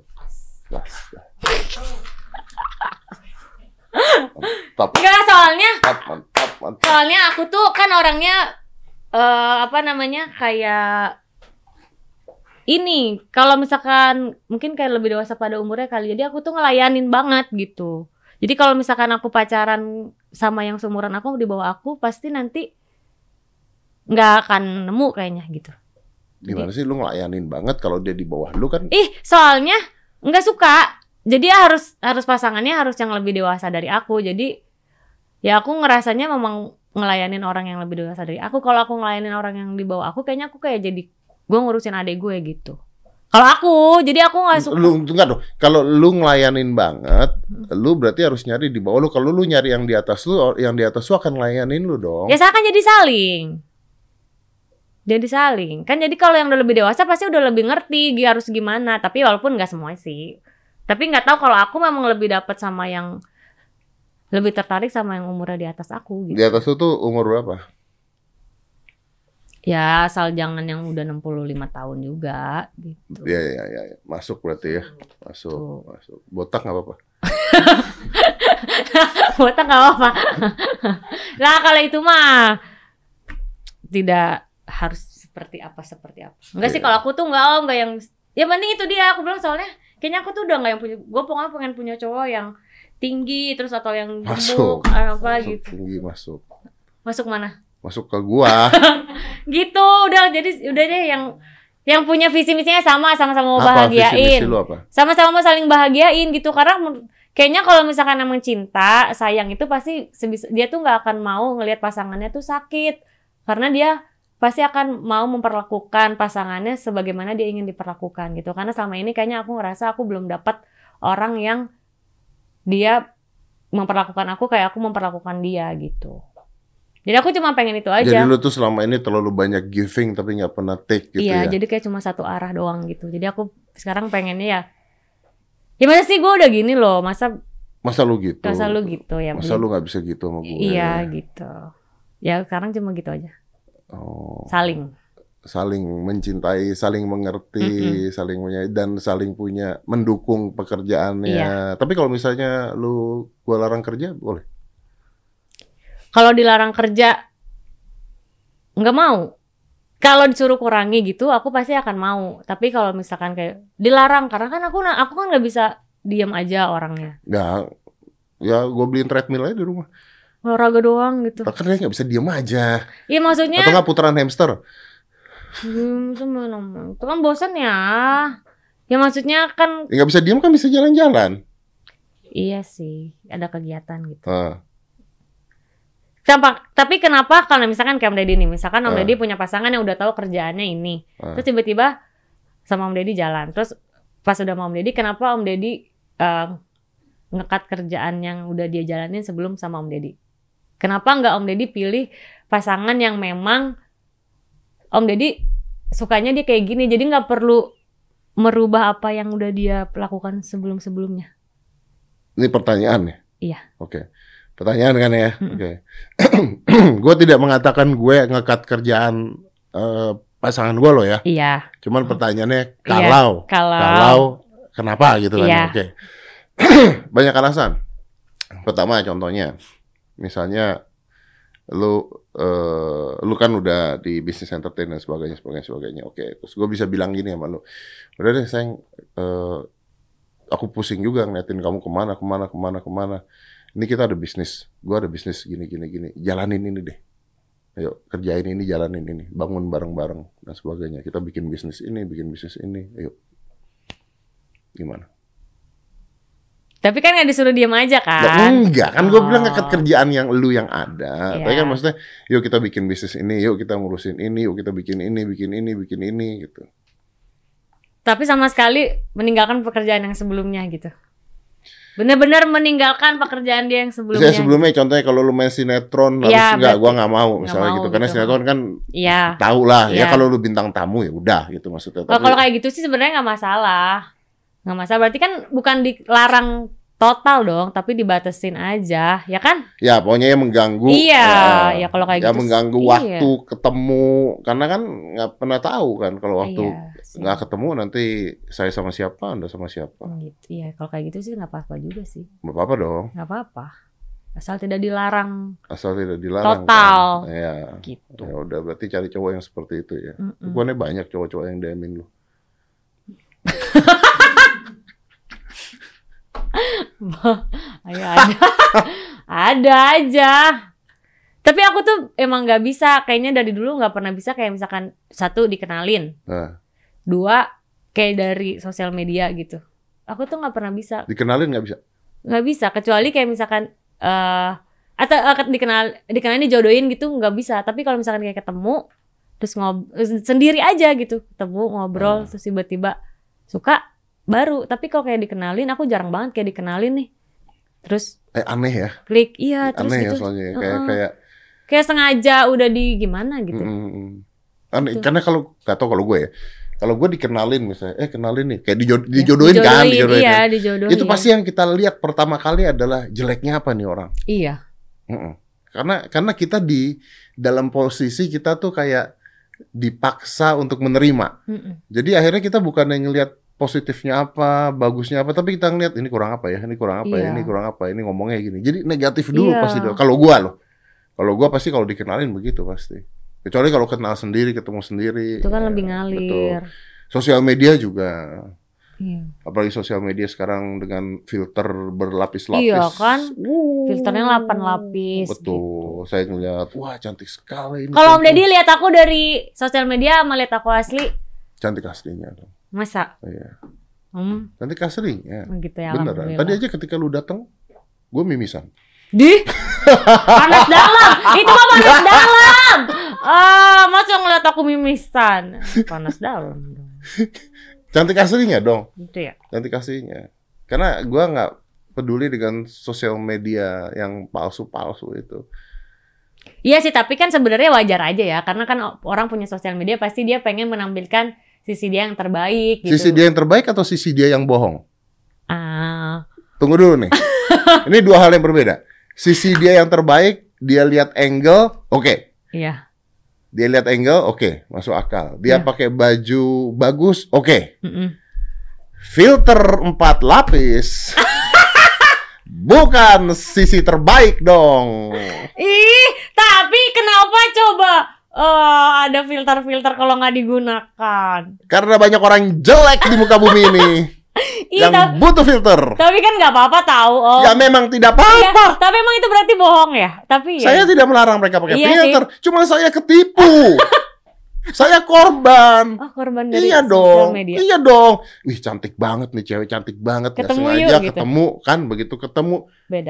Enggak, soalnya aku tuh kan orangnya kayak ini, kalau misalkan mungkin kayak lebih dewasa pada umurnya kali, jadi aku tuh ngelayanin banget gitu. Jadi kalau misalkan aku pacaran sama yang seumuran aku di bawah aku, pasti nanti nggak akan nemu kayaknya gitu. Gimana sih lu ngelayanin banget kalau dia di bawah lu kan? Soalnya nggak suka. Jadi harus pasangannya harus yang lebih dewasa dari aku. Jadi ya aku ngerasanya memang ngelayanin orang yang lebih dewasa dari aku. Kalau aku ngelayanin orang yang di bawah aku, kayaknya aku kayak jadi gue ngurusin adek gue gitu. Kalau aku, jadi aku nggak suka. Lu enggak dong. Kalau lu ngelayanin banget, lu berarti harus nyari di bawah lu. Kalau lu nyari yang di atas lu, yang di atas lu akan ngelayanin lu dong. Ya seakan jadi saling. Kan jadi kalau yang udah lebih dewasa pasti udah lebih ngerti harus gimana. Tapi walaupun nggak semua sih. Tapi nggak tahu kalau aku memang lebih dapat sama yang lebih tertarik sama yang umurnya di atas aku. Gitu. Di atas lu tuh umur berapa? Ya asal jangan yang udah 65 tahun juga gitu. Iya. Masuk berarti ya. Masuk. Botak nggak apa-apa. Botak nggak apa-apa. Lah kalau itu mah tidak harus seperti apa. Enggak sih, kalau aku tuh enggak yang ya mending itu dia. Aku bilang soalnya kayaknya aku tuh udah enggak yang punya, gue pokoknya pengen punya cowok yang tinggi terus atau yang gemuk apa gitu. Tinggi masuk. Masuk mana? Masuk ke gua. Gitu, udah deh yang punya visi misinya sama-sama mau bahagiain. Visi lu apa? Sama-sama mau saling bahagiain gitu. Karena kayaknya kalau misalkan emang cinta, sayang itu pasti dia tuh nggak akan mau ngelihat pasangannya tuh sakit. Karena dia pasti akan mau memperlakukan pasangannya sebagaimana dia ingin diperlakukan gitu. Karena selama ini kayaknya aku ngerasa aku belum dapat orang yang dia memperlakukan aku kayak aku memperlakukan dia gitu. Jadi aku cuma pengen itu aja. Jadi lu tuh selama ini terlalu banyak giving tapi nggak pernah take gitu ya? Iya, jadi kayak cuma satu arah doang gitu. Jadi aku sekarang pengennya ya masa sih gue udah gini loh, masa lu gitu? Masa lu gitu ya? Masa lu nggak bisa gitu sama gue? Iya gitu. Ya sekarang cuma gitu aja. Saling mencintai, saling mengerti, saling punya dan saling punya mendukung pekerjaannya. Iya. Tapi kalau misalnya gua larang kerja boleh? Kalau dilarang kerja nggak mau. Kalau disuruh kurangi gitu, aku pasti akan mau. Tapi kalau misalkan kayak dilarang, karena kan aku kan nggak bisa diam aja orangnya. Ya gue beliin treadmill aja di rumah. Olahraga doang gitu. Kan dia nggak bisa diam aja. Iya maksudnya. Atau nggak putaran hamster? Itu kan bosan ya. Ya maksudnya kan. Nggak bisa diam kan bisa jalan-jalan. Iya sih, ada kegiatan gitu. Tapi kenapa kalau misalkan kayak Om Deddy nih, misalkan Om Deddy punya pasangan yang udah tahu kerjaannya ini, terus tiba-tiba sama Om Deddy jalan, terus pas udah sama Om Deddy, kenapa Om Deddy ngekat kerjaan yang udah dia jalanin sebelum sama Om Deddy? Kenapa nggak Om Deddy pilih pasangan yang memang Om Deddy sukanya dia kayak gini, jadi nggak perlu merubah apa yang udah dia lakukan sebelum-sebelumnya? Ini pertanyaan ya? Iya. Oke. Pertanyaan kan ya? Oke. Gue tidak mengatakan gue ngekat kerjaan pasangan gue loh ya. Iya. Cuman pertanyaannya kalau kenapa gitu kan? Iya. Oke. Banyak alasan. Pertama contohnya, misalnya lu kan udah di bisnis entertain dan sebagainya. Oke. Terus gue bisa bilang gini sama lu, udah deh sayang, aku pusing juga ngeliatin kamu kemana. Ini kita ada bisnis, gue ada bisnis gini. Jalanin ini deh. Ayo kerjain ini, jalanin ini, bangun bareng-bareng dan sebagainya. Kita bikin bisnis ini. Ayo, gimana? Tapi kan nggak disuruh diam aja kan? Nah, enggak, kan gue bilang ngekat kerjaan yang lu yang ada. Tapi kan maksudnya, yuk kita bikin bisnis ini, yuk kita ngurusin ini, yuk kita bikin ini gitu. Tapi sama sekali meninggalkan pekerjaan yang sebelumnya gitu. Benar-benar meninggalkan pekerjaan dia yang sebelumnya. Sebelumnya contohnya kalau lu main sinetron harus gue nggak mau misalnya gitu. Karena sinetron kan tahu lah ya kalau lu bintang tamu ya udah gitu maksudnya. Kalau kayak gitu sih sebenarnya nggak masalah. Berarti kan bukan dilarang total dong, tapi dibatasin aja, ya kan? Ya, pokoknya yang mengganggu. Iya, ya kalau kayak yang gitu. mengganggu waktu ketemu, karena kan nggak pernah tahu kan kalau waktu nggak ketemu nanti saya sama siapa, Anda sama siapa. Gitu, iya. Kalau kayak gitu sih nggak apa-apa juga sih. Nggak apa-apa dong. Nggak apa-apa. Asal tidak dilarang. Asal tidak dilarang. Total. Kan? Ya. Gitu. Ya udah, berarti cari cowok yang seperti itu ya. Bukannya banyak cowok-cowok yang DM-in lu. Ayo ada aja. Tapi aku tuh emang nggak bisa, kayaknya dari dulu nggak pernah bisa kayak misalkan satu dikenalin, dua kayak dari sosial media gitu. Aku tuh nggak pernah bisa. Dikenalin nggak bisa? Nggak bisa, kecuali kayak misalkan atau dikenalin dijodohin gitu nggak bisa. Tapi kalau misalkan kayak ketemu terus sendiri aja gitu, ketemu ngobrol terus tiba-tiba suka baru. Tapi kalau kayak dikenalin, aku jarang banget kayak dikenalin nih. Terus aneh ya. Klik, iya terus aneh gitu. Ya soalnya kayak sengaja udah di gimana gitu. Aneh, karena kalau nggak tahu kalau gue ya. Kalau gue dikenalin misalnya, kenalin nih, kayak dijodohin kan, iya, kan? dijodohin. Itu pasti yang kita lihat pertama kali adalah jeleknya apa nih orang. Iya. Karena kita di dalam posisi kita tuh kayak dipaksa untuk menerima. Jadi akhirnya kita bukan yang ngelihat positifnya apa, bagusnya apa, tapi kita ngeliat ini kurang apa ya, ini kurang apa ya, ini kurang apa, ini ngomongnya gini. Jadi negatif dulu pasti. Kalau gue pasti kalau dikenalin begitu pasti. Kecuali kalau kenal sendiri, ketemu sendiri. Itu kan lebih ngalir. Betul. Sosial media juga. Iya. Apalagi sosial media sekarang dengan filter berlapis-lapis. Iya kan? Filternya 8 lapis. Betul. Gitu. Saya ngeliat, wah cantik sekali. Kalau Om Deddy lihat aku dari sosial media sama lihat aku asli? Cantik aslinya. Masa? Iya. Cantik aslinya. Gitu ya. Beneran. Tadi aja ketika lu datang, gue mimisan. Panas dalam. Itu mah panas dalam. Masa ngeliat aku mimisan? Panas dalam. Cantik aslinya dong. Gitu ya. Cantik aslinya. Karena gue nggak peduli dengan sosial media yang palsu-palsu itu. Iya sih, tapi kan sebenarnya wajar aja ya, karena kan orang punya sosial media pasti dia pengen menampilkan sisi dia yang terbaik. Gitu. Sisi dia yang terbaik atau sisi dia yang bohong? Tunggu dulu nih. Ini dua hal yang berbeda. Sisi dia yang terbaik, dia lihat angle, oke. Iya. Dia lihat angle, oke, masuk akal. Dia pakai baju bagus, oke. Filter 4 lapis. Bukan sisi terbaik dong. Ih, tapi kenapa coba ada filter-filter kalau nggak digunakan? Karena banyak orang jelek di muka bumi ini. Yang butuh filter. Tapi kan nggak apa-apa tahu. Ya memang tidak apa-apa. Tapi emang itu berarti bohong ya. Tapi saya tidak melarang mereka pakai filter. Sih. Cuma saya ketipu. Saya korban. Korban dari sosial media. Iya dong. Wih cantik banget nih cewek, cantik banget. Ketemu sengaja yuk, gitu. Ketemu kan, begitu ketemu. Beda.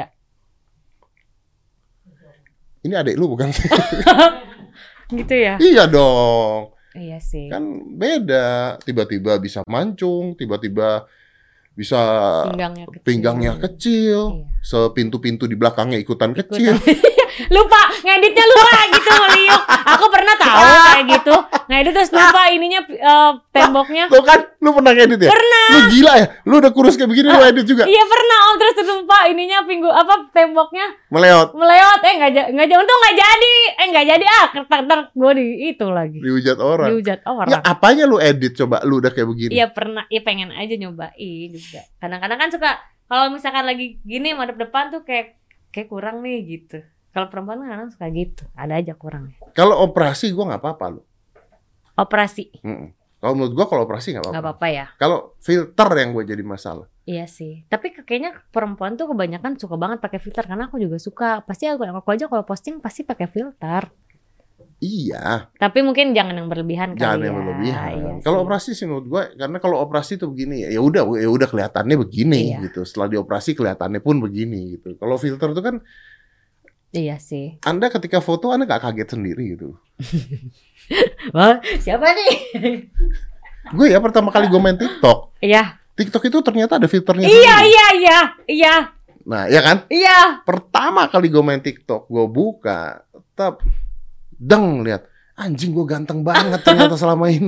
Ini adik lu bukan sih? Gitu ya. Iya dong. Iya sih. Kan beda. Tiba-tiba bisa mancung, tiba-tiba bisa pinggangnya kecil. Iya. Sepintu-pintu di belakangnya ikutan kecil. Lupa, ngeditnya lupa gitu ngeliuk. Aku pernah tahu kayak gitu. Ngedit terus lupa ininya temboknya. Tuh kan, lu pernah ngedit ya? Pernah. Lu gila ya? Lu udah kurus kayak begini lu edit juga? Iya pernah Om, terus lupa ininya temboknya Meleot. Untung nggak jadi. Nggak jadi ntar gue di itu lagi. Dihujat orang. Ya apanya lu edit coba, lu udah kayak begini? Iya pernah, pengen aja nyobain juga. Kadang-kadang kan suka, kalau misalkan lagi gini madep depan tuh kayak kurang nih gitu. Kalau perempuan kan suka gitu, ada aja kurangnya. Kalau operasi gue nggak apa-apa lo. Operasi? Kalau menurut gue kalau operasi nggak apa-apa. Nggak apa-apa ya. Kalau filter yang gue jadi masalah. Iya sih. Tapi kayaknya perempuan tuh kebanyakan suka banget pakai filter, karena aku juga suka. Pasti aku aja kalau posting pasti pakai filter. Iya. Tapi mungkin jangan yang berlebihan kali. Jangan yang berlebihan. Iya kalau operasi sih menurut gue, karena kalau operasi tuh begini ya udah kelihatannya begini gitu. Setelah dioperasi kelihatannya pun begini gitu. Kalau filter tuh kan. Iya sih. Anda ketika foto Anda nggak kaget sendiri gitu. Wah, siapa nih? Gue ya pertama kali gue main TikTok. Iya. TikTok itu ternyata ada filternya. Iya. Nah, iya kan? Iya. Pertama kali gue main TikTok, gue buka, lihat, anjing gue ganteng banget ternyata selama ini.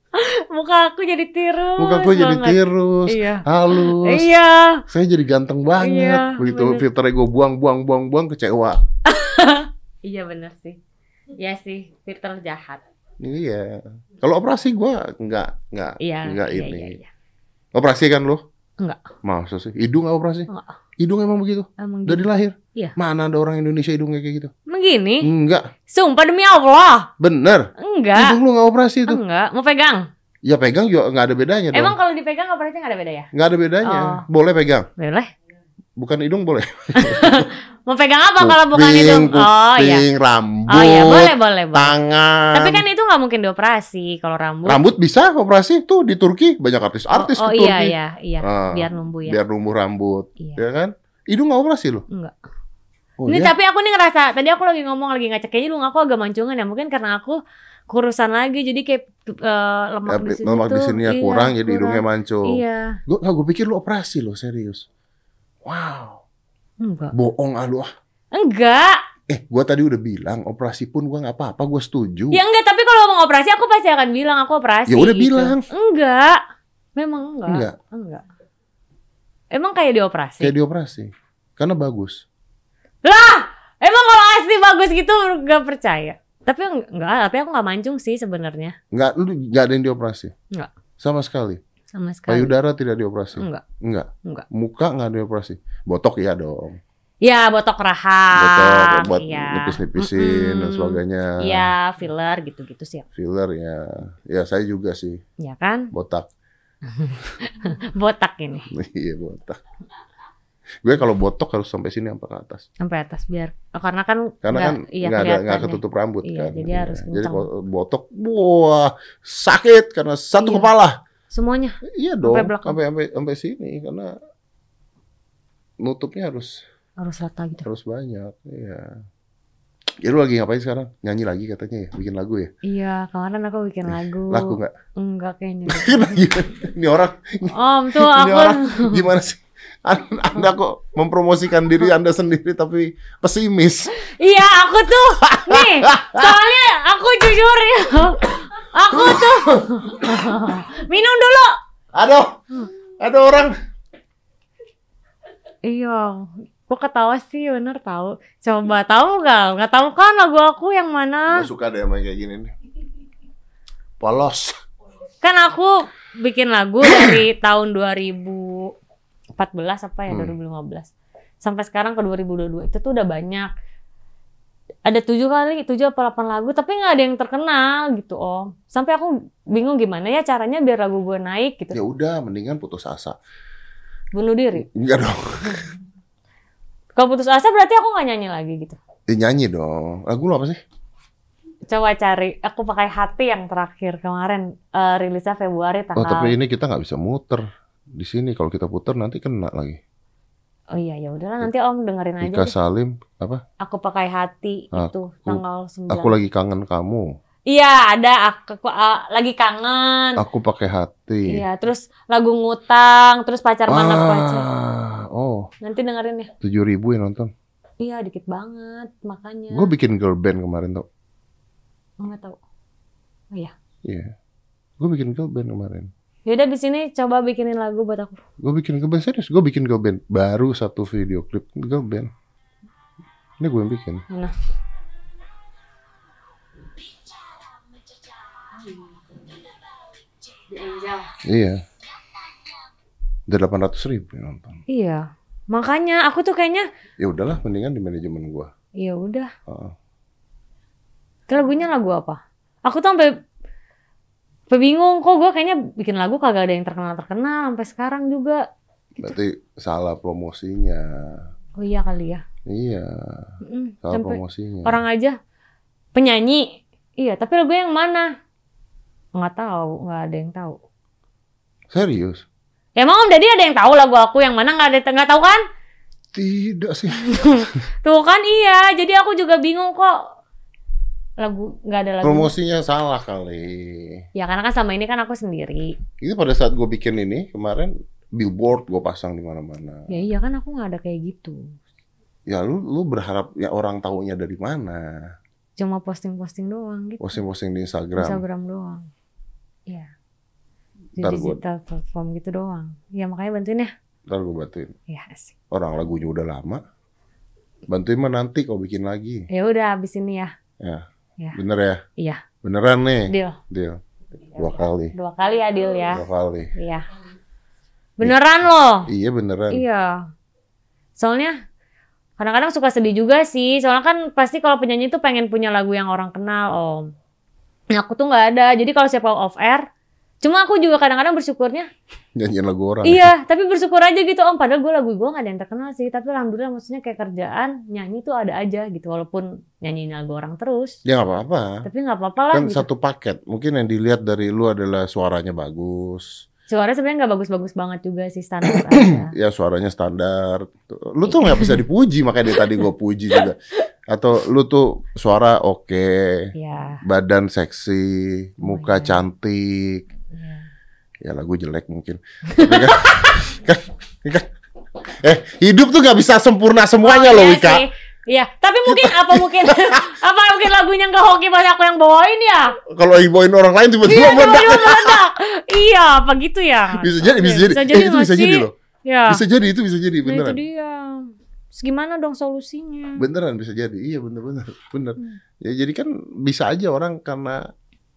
Muka aku jadi tirus. Muka gue jadi tirus, halus. Iya. Saya jadi ganteng banget. Iya, begitu bener. filternya gue buang kecewa. Iya bener sih. Iya sih, filter jahat. Iya. Kalau operasi gue enggak Iya. ini. Operasi kan lo? Enggak. Masa sih? Hidung nggak operasi? Enggak. Hidung emang begitu? Emang Dari lahir? Iya. Mana ada orang Indonesia hidungnya kayak gitu? Begini? Enggak. Sumpah demi Allah. Bener. Enggak. Hidung lu nggak operasi itu? Enggak. Mau pegang? Ya pegang juga nggak ada bedanya dong. Emang kalau dipegang operasi nggak ada beda ya? Nggak ada bedanya. Oh. Boleh pegang. Boleh. Bukan hidung boleh. Mau pegang apa kalau bukan hidung? Oh iya. Kuping, rambut. Oh iya, boleh. Tangan. Tapi kan itu nggak mungkin dioperasi kalau rambut. Rambut bisa operasi tuh di Turki banyak artis-artis Oh ke Turki. iya. Biar numbuh ya. Biar numbuh rambut. Iya. Ya kan? Hidung nggak operasi lo? Enggak. Oh, Ini iya? tapi aku nih ngerasa, tadi aku lagi ngecek kayaknya hidung aku agak mancungan ya. Mungkin karena aku kurusan lagi jadi kayak lemak di sini lemak di tuh. sini ya Iya, kurang jadi hidungnya mancung. Iya. Gue pikir lu operasi lo serius. Wow. Enggak. Bohong lu ah. Enggak. Gue tadi udah bilang operasi pun gue nggak apa-apa, gue setuju. Ya enggak, tapi kalau mau operasi aku pasti akan bilang aku operasi. Ya udah gitu. bilang. Enggak. Memang enggak. Enggak. Emang kayak dioperasi? Kayak dioperasi. Karena bagus. Lah, emang kalau asli bagus gitu enggak percaya. Tapi enggak, tapi aku enggak mancung sih sebenarnya. Nggak ada yang dioperasi. Enggak. Sama sekali. Sama sekali. Payudara tidak dioperasi. Enggak. Muka nggak dioperasi. Botok iya dong. Ya, botok rahang. Botok buat iya. nipis-nipisin dan sebagainya. Iya, filler gitu-gitu sih. Filler ya. Ya saya juga sih. Ya kan? Botak. Botak ini. Iya botak. Gue kalau botok harus sampai sini sampai ke atas. Sampai atas biar karena kan nggak kelihatan ketutup rambut iya, kan. jadi Iya. harus Jadi kencang. kalau botok, wah sakit karena satu Iya. kepala. Semuanya. Iya dong. Sampai belakang. Sampai sini karena nutupnya harus Rata gitu. banyak. Iya. Ya lu lagi ngapain sekarang? Nyanyi lagi katanya ya, bikin lagu ya? Iya, kemarin aku bikin lagu. Lagu nggak? Enggak kayaknya. Ini orang, Om tuh ini aku orang gimana sih? Anda kok mempromosikan diri Anda sendiri tapi pesimis. Iya, aku tuh nih, soalnya aku jujur ya. Aku tuh minum dulu. Aduh, ada orang. Iya, kok ketawa sih bener tahu. Coba tahu nggak tahu kan lagu aku yang mana? Gak suka deh sama kayak gini nih. Polos. Kan aku bikin lagu dari tahun 2014 apa ya, 2015 sampai sekarang ke 2022 itu tuh udah banyak. Ada 7 apa 8 lagu tapi nggak ada yang terkenal gitu Om. Sampai aku bingung gimana ya caranya biar lagu gue naik gitu. Ya udah, mendingan putus asa. Bunuh diri. Enggak dong. Kalau putus asa berarti aku nggak nyanyi lagi gitu. Nyanyi dong. Lagu lu apa sih? Coba cari. Aku pakai hati yang terakhir kemarin rilisnya Februari Oh, tanggal. tapi ini kita nggak bisa muter di sini. Kalau kita puter nanti kena lagi. Oh iya ya udahlah nanti Om dengerin aja. Ika deh. Salim apa? Aku pakai hati itu tanggal 9. Aku lagi kangen kamu. Iya ada aku lagi kangen. Aku pakai hati. Iya terus lagu ngutang terus pacar mana pacar. Oh. Nanti dengerin ya. 7.000 yang nonton. Iya dikit banget makanya. Gue bikin girl band kemarin tau. Nggak tahu. Oh iya. Iya. Gue bikin girl band kemarin. Yaudah di sini coba bikinin lagu buat aku. Gue bikin girl band serius. Gue bikin girl band. Baru satu video klip girl band. Ini gue yang bikin. Mana? Iya. Udah 800.000 yang nonton. Iya. Makanya aku tuh kayaknya Ya udahlah, mendingan di manajemen gue. ya udah. Lagunya lagu apa? Aku tuh sampai bingung kok gue kayaknya bikin lagu kagak ada yang terkenal sampai sekarang juga. Berarti salah promosinya. Oh iya kali ya. Iya. Salah Sampai promosinya. orang aja penyanyi. Iya, tapi lagu yang mana? Nggak tahu, nggak ada yang tahu. Serius? Ya emang Om Deddy ada yang tahu lagu aku yang mana nggak tahu kan? Tidak sih. Tuh kan iya, jadi aku juga bingung kok lagu nggak ada lagu. Promosinya salah kali. Ya karena kan sama ini kan aku sendiri. Itu pada saat gue bikin ini kemarin billboard gue pasang di mana-mana. Ya iya kan aku nggak ada kayak gitu. Ya lu berharap ya orang taunya dari mana? Cuma posting-posting doang gitu. Posting-posting di Instagram. Instagram doang. Iya. Di digital platform gitu doang. Ya makanya bantuin ya. Ntar gue bantuin. Ya asik. Orang lagunya udah lama. Bantuin mah nanti kau bikin lagi. Ya udah abis ini ya. Ya. Bener ya? Iya. Beneran nih. Deal. 2 kali. 2 kali ya deal ya. 2 kali. Iya. Beneran loh. Iya beneran. Iya. Soalnya kadang-kadang suka sedih juga sih. Soalnya kan pasti kalau penyanyi tuh pengen punya lagu yang orang kenal, Om. Nah, aku tuh nggak ada. Jadi kalau siapa off air, cuma aku juga kadang-kadang bersyukurnya nyanyiin lagu orang. Iya, tapi bersyukur aja gitu Om. Padahal lagu gue gak ada yang terkenal sih. Tapi alhamdulillah maksudnya kayak kerjaan nyanyi tuh ada aja gitu. Walaupun nyanyiin lagu orang terus. Ya nggak apa-apa. Tapi nggak apa-apa lah. Kan gitu. satu paket. Mungkin yang dilihat dari lu adalah suaranya bagus. Suara sebenarnya nggak bagus-bagus banget juga sih, standar aja. Ya suaranya standar. Lu tuh nggak bisa dipuji, makanya dari tadi gue puji juga. Atau lu tuh suara oke, ya. Badan seksi, muka cantik. Ya lagu jelek mungkin. Tapi kan, hidup tuh nggak bisa sempurna semuanya loh, Wika. Iya, tapi mungkin mungkin lagunya nggak hoki pas aku yang bawain ya? Kalau bawain orang lain tiba-tiba meledak. Iya, apa gitu ya? Bisa jadi. Itu bisa jadi loh. Ya. Bisa jadi, itu bisa jadi beneran. Nah, itu dia. Terus gimana dong solusinya? Beneran bisa jadi. Iya bener. Ya jadi kan bisa aja orang karena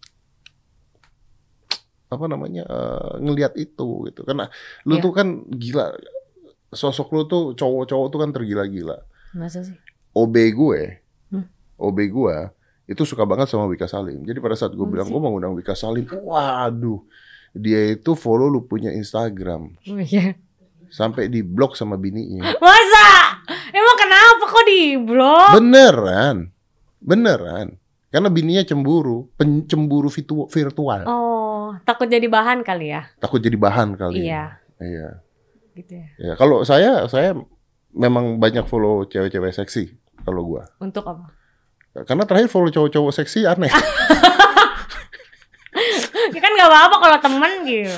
ngelihat itu gitu. Karena lu tuh kan gila. Sosok lu tuh cowok-cowok tuh kan tergila-gila. Masa sih? OB gue itu suka banget sama Wika Salim. Jadi pada saat gue bilang gue mau ngundang Wika Salim, waduh, dia itu follow lu punya Instagram. Iya. Sampai di blok sama bininya. Masa? Emang kenapa kok di blok? Beneran. Karena bininya cemburu, pencemburu virtual. Oh, takut jadi bahan kali ya? Iya. Gitu ya. Ya, kalau saya memang banyak follow cewek-cewek seksi kalau gua. Untuk apa? Karena terakhir follow cowok-cowok seksi aneh. Ya kan nggak apa-apa kalau temen gitu.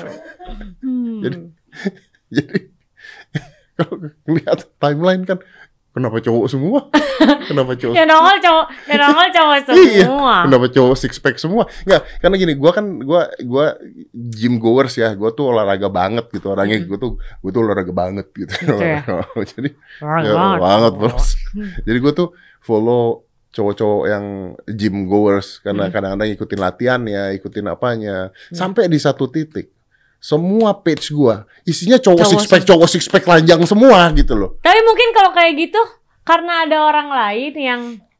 Jadi kalau lihat timeline kan, kenapa cowok semua? Kenapa cowok? Ya nongol cowok semua. Iya, kenapa cowok six pack semua? Enggak, karena gini, gua gym goers ya, gua tuh olahraga banget gitu orangnya, gua tuh olahraga banget gitu. Ya? Jadi banget bos. Jadi gua tuh follow cowok-cowok yang gym goers karena kadang-kadang ikutin latihan ya, ikutin apanya, sampai di satu titik semua page gua isinya cowok six pack lanjang semua gitu loh. Tapi mungkin kalau kayak gitu karena ada orang lain yang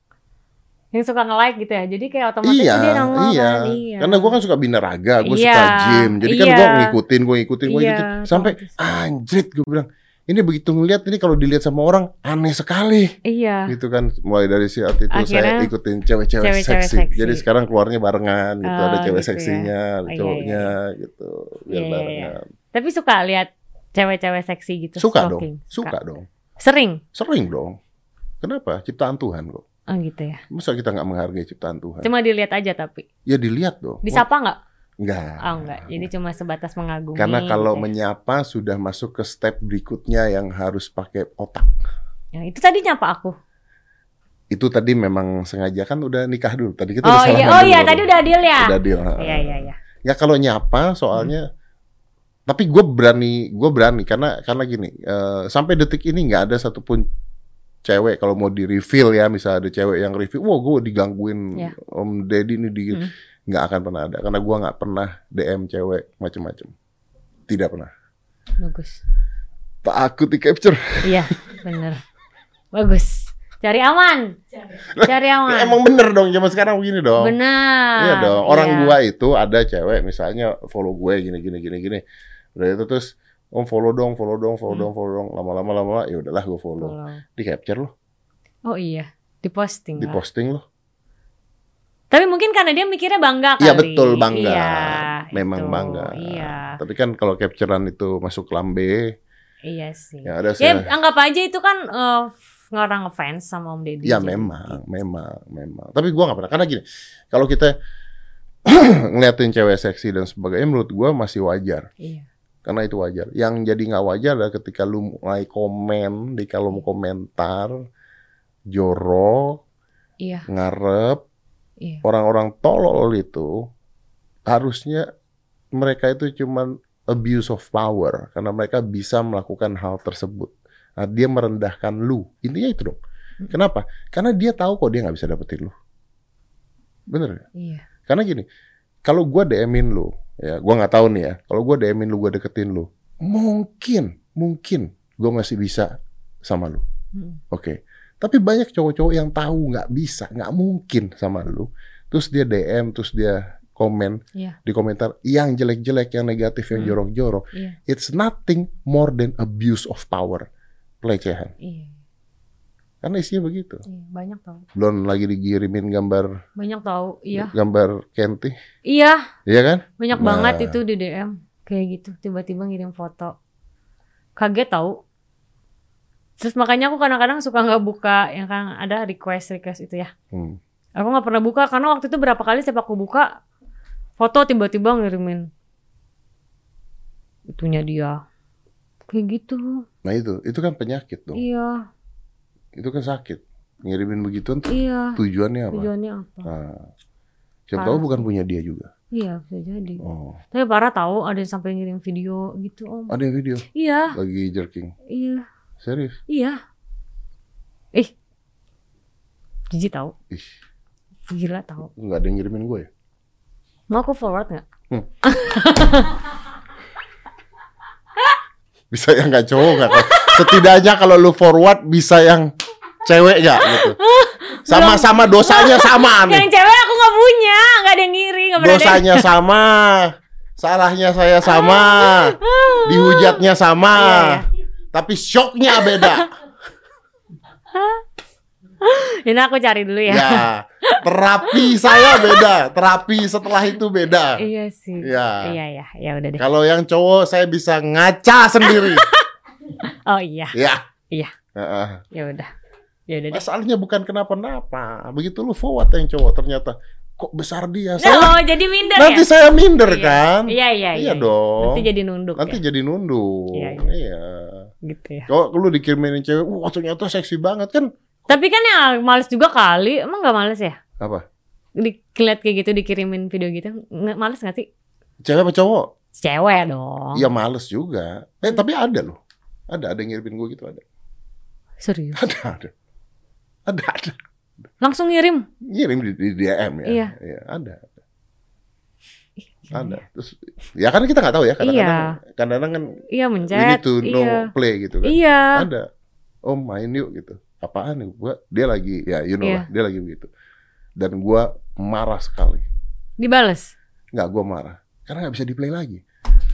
suka nge-like gitu ya. Jadi kayak otomatis dia nongol kan. Iya. Karena gua kan suka binaraga, gua suka gym. Jadi kan gua ngikutin. Sampai anjrit gua bilang, ini begitu ngeliat ini kalau dilihat sama orang aneh sekali. Iya. Gitu kan. Mulai dari saat itu akhirnya, saya ikutin cewek-cewek seksi. Jadi sekarang keluarnya barengan gitu. Ada cewek gitu seksinya, ada cowoknya gitu. Biar barengan. Tapi suka lihat cewek-cewek seksi gitu. Suka dong. Sering dong. Kenapa? Ciptaan Tuhan kok. Oh gitu ya. Masa kita nggak menghargai ciptaan Tuhan? Cuma dilihat aja tapi. Ya dilihat dong. Disapa nggak? Enggak. Oh enggak. Jadi cuma sebatas mengagumi. Karena kalau menyapa sudah masuk ke step berikutnya yang harus pakai otak. Ya, itu tadi nyapa aku. Itu tadi memang sengaja kan udah nikah dulu. Tadi kita udah salaman dulu. Oh iya, tadi udah deal ya. Udah deal. Iya. Ya kalau nyapa soalnya tapi gue berani karena gini, sampai detik ini nggak ada satupun cewek kalau mau di reveal ya, misalnya ada cewek yang review, wah gue digangguin Om Deddy ini nggak akan pernah ada, karena gue nggak pernah DM cewek macem-macem, tidak pernah. Bagus. Takut di capture. Iya, bener. Bagus. Cari aman. Emang bener dong, zaman sekarang begini dong. Benar. Iya dong. Orang gua itu ada cewek misalnya follow gue gini. Udah itu terus follow dong. Lama-lama ya udahlah gue follow. Di capture loh. Oh iya, diposting loh. Tapi mungkin karena dia mikirnya bangga kali. Iya betul, bangga. Iya, memang itu. Bangga. Iya. Tapi kan kalau capturean itu masuk lambe. Iya sih. Ya, ada anggap aja itu kan orang ngefans sama Om Deddy. Ya memang. Tapi gue nggak pernah. Karena gini, kalau kita ngeliatin cewek seksi dan sebagainya, menurut gue masih wajar. Iya. Karena itu wajar. Yang jadi nggak wajar adalah ketika lu mulai komen di kolom komentar, jorok, ngarep, orang-orang tolol itu harusnya mereka itu cuman abuse of power karena mereka bisa melakukan hal tersebut. Nah, dia merendahkan lu. Intinya itu dong. Kenapa? Karena dia tahu kok dia nggak bisa dapetin lu. Bener gak? Iya. Karena gini, kalau gue DM-in lu, ya gue nggak tahu nih ya. Kalau gue DM-in lu, gue deketin lu, mungkin gue masih bisa sama lu. Oke. Tapi banyak cowok-cowok yang tahu nggak bisa, nggak mungkin sama lu. Terus dia DM, terus dia komen di komentar yang jelek-jelek, yang negatif, yang jorok-jorok. It's nothing more than abuse of power, pelecehan. Karena isinya begitu. Banyak tahu. Belum lagi dikirimin gambar. Banyak tahu, iya. Gambar Kenti. Iya. Iya kan? Banyak banget itu di DM kayak gitu. Tiba-tiba ngirim foto. Kaget tahu. Terus makanya aku kadang-kadang suka nggak buka yang kan ada request itu ya. Aku nggak pernah buka karena waktu itu berapa kali setiap aku buka foto tiba-tiba ngirimin itunya dia. Kayak gitu. Nah itu kan penyakit dong. Iya. Itu kan sakit. Ngirimin begituan tuh tujuannya apa? Nah, siapa tahu bukan punya dia juga. Iya, bisa jadi. Tapi parah tahu ada yang sampai ngirim video gitu, Om. Ada yang video? Iya. Lagi jerking? Iya. Serius? Iya. Jijik tahu. Gila tahu. Nggak ada yang ngirimin gue ya? Mau aku forward nggak? Bisa yang nggak cowok nggak? Setidaknya kalau lu forward bisa yang cewek nggak gitu. Sama-sama dosanya sama nih. Yang cewek aku nggak punya, nggak ada yang ngiri, nggak pernah. Dosanya sama, salahnya saya sama, dihujatnya sama, tapi shocknya beda. Ini aku cari dulu ya. Ya, terapi saya beda, terapi setelah itu beda. Iya sih. Ya udah deh. Kalau yang cowok saya bisa ngaca sendiri. Oh iya. Iya. Ya udah deh. Masalahnya bukan kenapa-napa. Begitu lu forward yang cowok ternyata kok besar dia. Jadi minder nanti ya? saya minder kan? Iya dong. Nanti jadi nunduk. Jadi nunduk. Iya. Gitu ya. Kalau lu dikirimin cewek, wah ternyata seksi banget kan? Tapi kan ya males juga kali. Emang nggak males ya? Apa? Dilihat kayak gitu dikirimin video gitu, males nggak sih? Cewek apa cowok? Cewek dong. Iya males juga. Tapi ada loh. Ada yang ngirimin gue gitu ada. Serius? Ada. Langsung ngirim di DM ya. Iya. Ada. Ada. Terus ya kan kita nggak tahu ya kadang-kadang kan mencet. We need to know play gitu kan. Iya. Ada. Oh main yuk gitu. Apaan nih dia lagi ya lah dia lagi begitu. Dan gua marah sekali. Dibales? Nggak, gua marah karena nggak bisa di play lagi.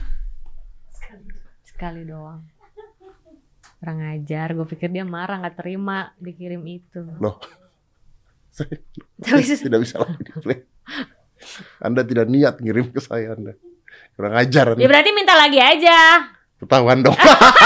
Sekali doang. Kurang ajar, gue pikir dia marah nggak terima dikirim itu. Loh, saya tidak bisa lagi di play. Anda tidak niat ngirim ke saya, Anda. Kurang ajar. Ya berarti minta lagi aja. Ketahuan dong.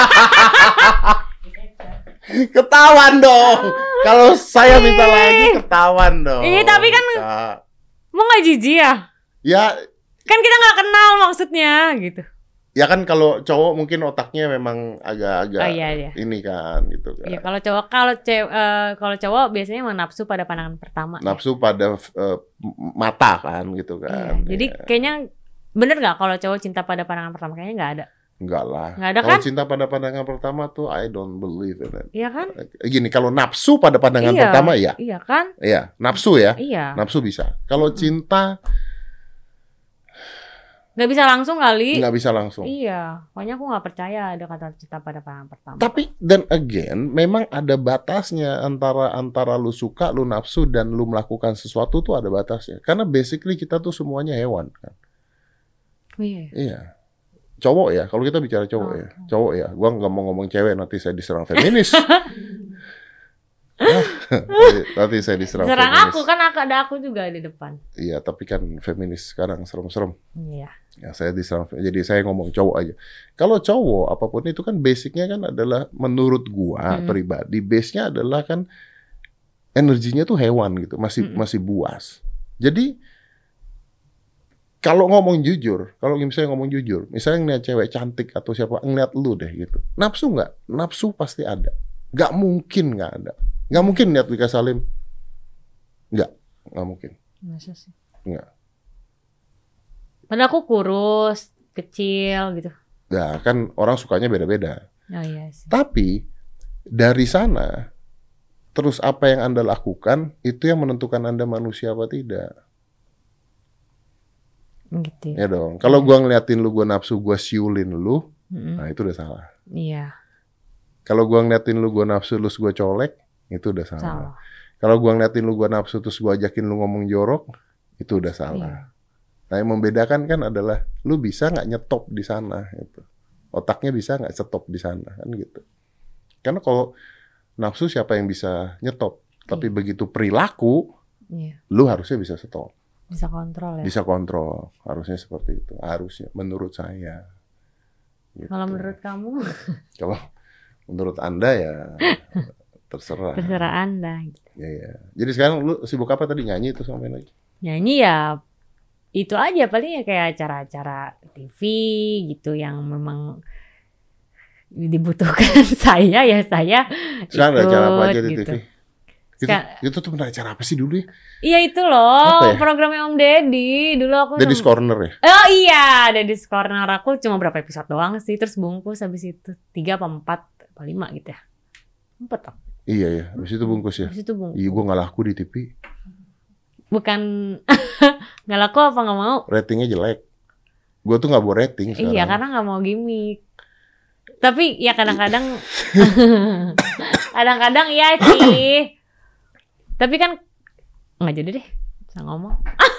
Ketahuan dong. Kalau saya minta lagi ketahuan dong. Iya tapi kan mau nggak jijik ya? Ya. Kan kita nggak kenal maksudnya gitu. Ya kan kalau cowok mungkin otaknya memang agak-agak ini kan gitu kan. Iya kalau cowok biasanya emang nafsu pada pandangan pertama. Nafsu pada mata kan gitu kan. Iya, jadi kayaknya bener nggak kalau cowok cinta pada pandangan pertama? Kayaknya nggak ada. Enggak lah. Nggak ada kalau kan? cinta pada pandangan pertama tuh I don't believe in it. Iya kan? Gini, kalau nafsu pada pandangan pertama ya. Iya kan? Iya, nafsu ya. Iya. Nafsu bisa. Kalau cinta nggak bisa langsung kali. Nggak bisa langsung. Iya, pokoknya aku nggak percaya ada kata cinta pada pandangan pertama. Tapi then again, memang ada batasnya antara lu suka, lu nafsu, dan lu melakukan sesuatu tuh ada batasnya. Karena basically kita tuh semuanya hewan kan. Iya. Cowok ya, kalau kita bicara cowok ya. Cowok ya, gua nggak mau ngomong cewek nanti saya diserang feminis. Nanti saya diserang Serang feminis. aku kan ada aku juga di depan. Iya, tapi kan feminis sekarang serem-serem. Iya. Ya, saya diserang. Jadi saya ngomong cowok aja. Kalau cowok apapun itu kan basicnya kan adalah menurut gua pribadi, base-nya adalah kan energinya tuh hewan gitu, masih buas. Jadi kalau ngomong jujur, kalau misalnya ngomong jujur, misalnya ngeliat cewek cantik atau siapa, ngeliat lu deh gitu. Nafsu nggak? Nafsu pasti ada. Nggak mungkin nggak ada. Nggak mungkin lihat Wika Salim. Nggak mungkin. Masa sih? Nggak. Padahal aku kurus, kecil gitu. Nah, kan orang sukanya beda-beda. Oh iya sih. Tapi dari sana, terus apa yang Anda lakukan itu yang menentukan Anda manusia apa tidak. Gitu Ya dong. Kalau gua ngeliatin lu, gua nafsu, gua siulin lu, nah itu udah salah. Iya. Kalau gua ngeliatin lu, gua nafsu, terus gua colek, itu udah salah. Kalau gua ngeliatin lu, gua nafsu, terus gua ajakin lu ngomong jorok, itu udah salah. Iya. Nah, yang membedakan kan adalah lu bisa nggak nyetop di sana, gitu. Otaknya bisa nggak stop di sana, kan gitu. Karena kalau nafsu siapa yang bisa nyetop? Tapi begitu perilaku, lu harusnya bisa stop. Bisa kontrol ya? Bisa kontrol, harusnya seperti itu. Harusnya, menurut saya. Gitu. Kalau menurut kamu? Kalau menurut Anda ya terserah. Terserah Anda. Gitu. Ya. Jadi sekarang lu sibuk apa tadi, nyanyi itu sampai lagi? Nyanyi ya itu aja paling ya kayak acara-acara TV gitu yang memang dibutuhkan saya sekarang ada acara apa aja di gitu. TV? Itu tuh pernah acara apa sih dulu ya? Iya itu loh, ya? Programnya Om Deddy. Dulu aku Deddy's Corner ya? Oh iya, Deddy's Corner. Aku cuma berapa episode doang sih, terus bungkus habis itu 3 apa 4 apa 5 gitu ya. 4 tak? Iya ya, habis itu bungkus ya. Habis itu bungkus. Iya, gue nggak laku di TV. Bukan nggak laku apa nggak mau? Ratingnya jelek. Gue tuh nggak bawa rating sekarang. Iya, karena nggak mau gimmick. Tapi ya kadang-kadang, kadang-kadang iya sih. Tapi kan nggak jadi deh, bisa ngomong.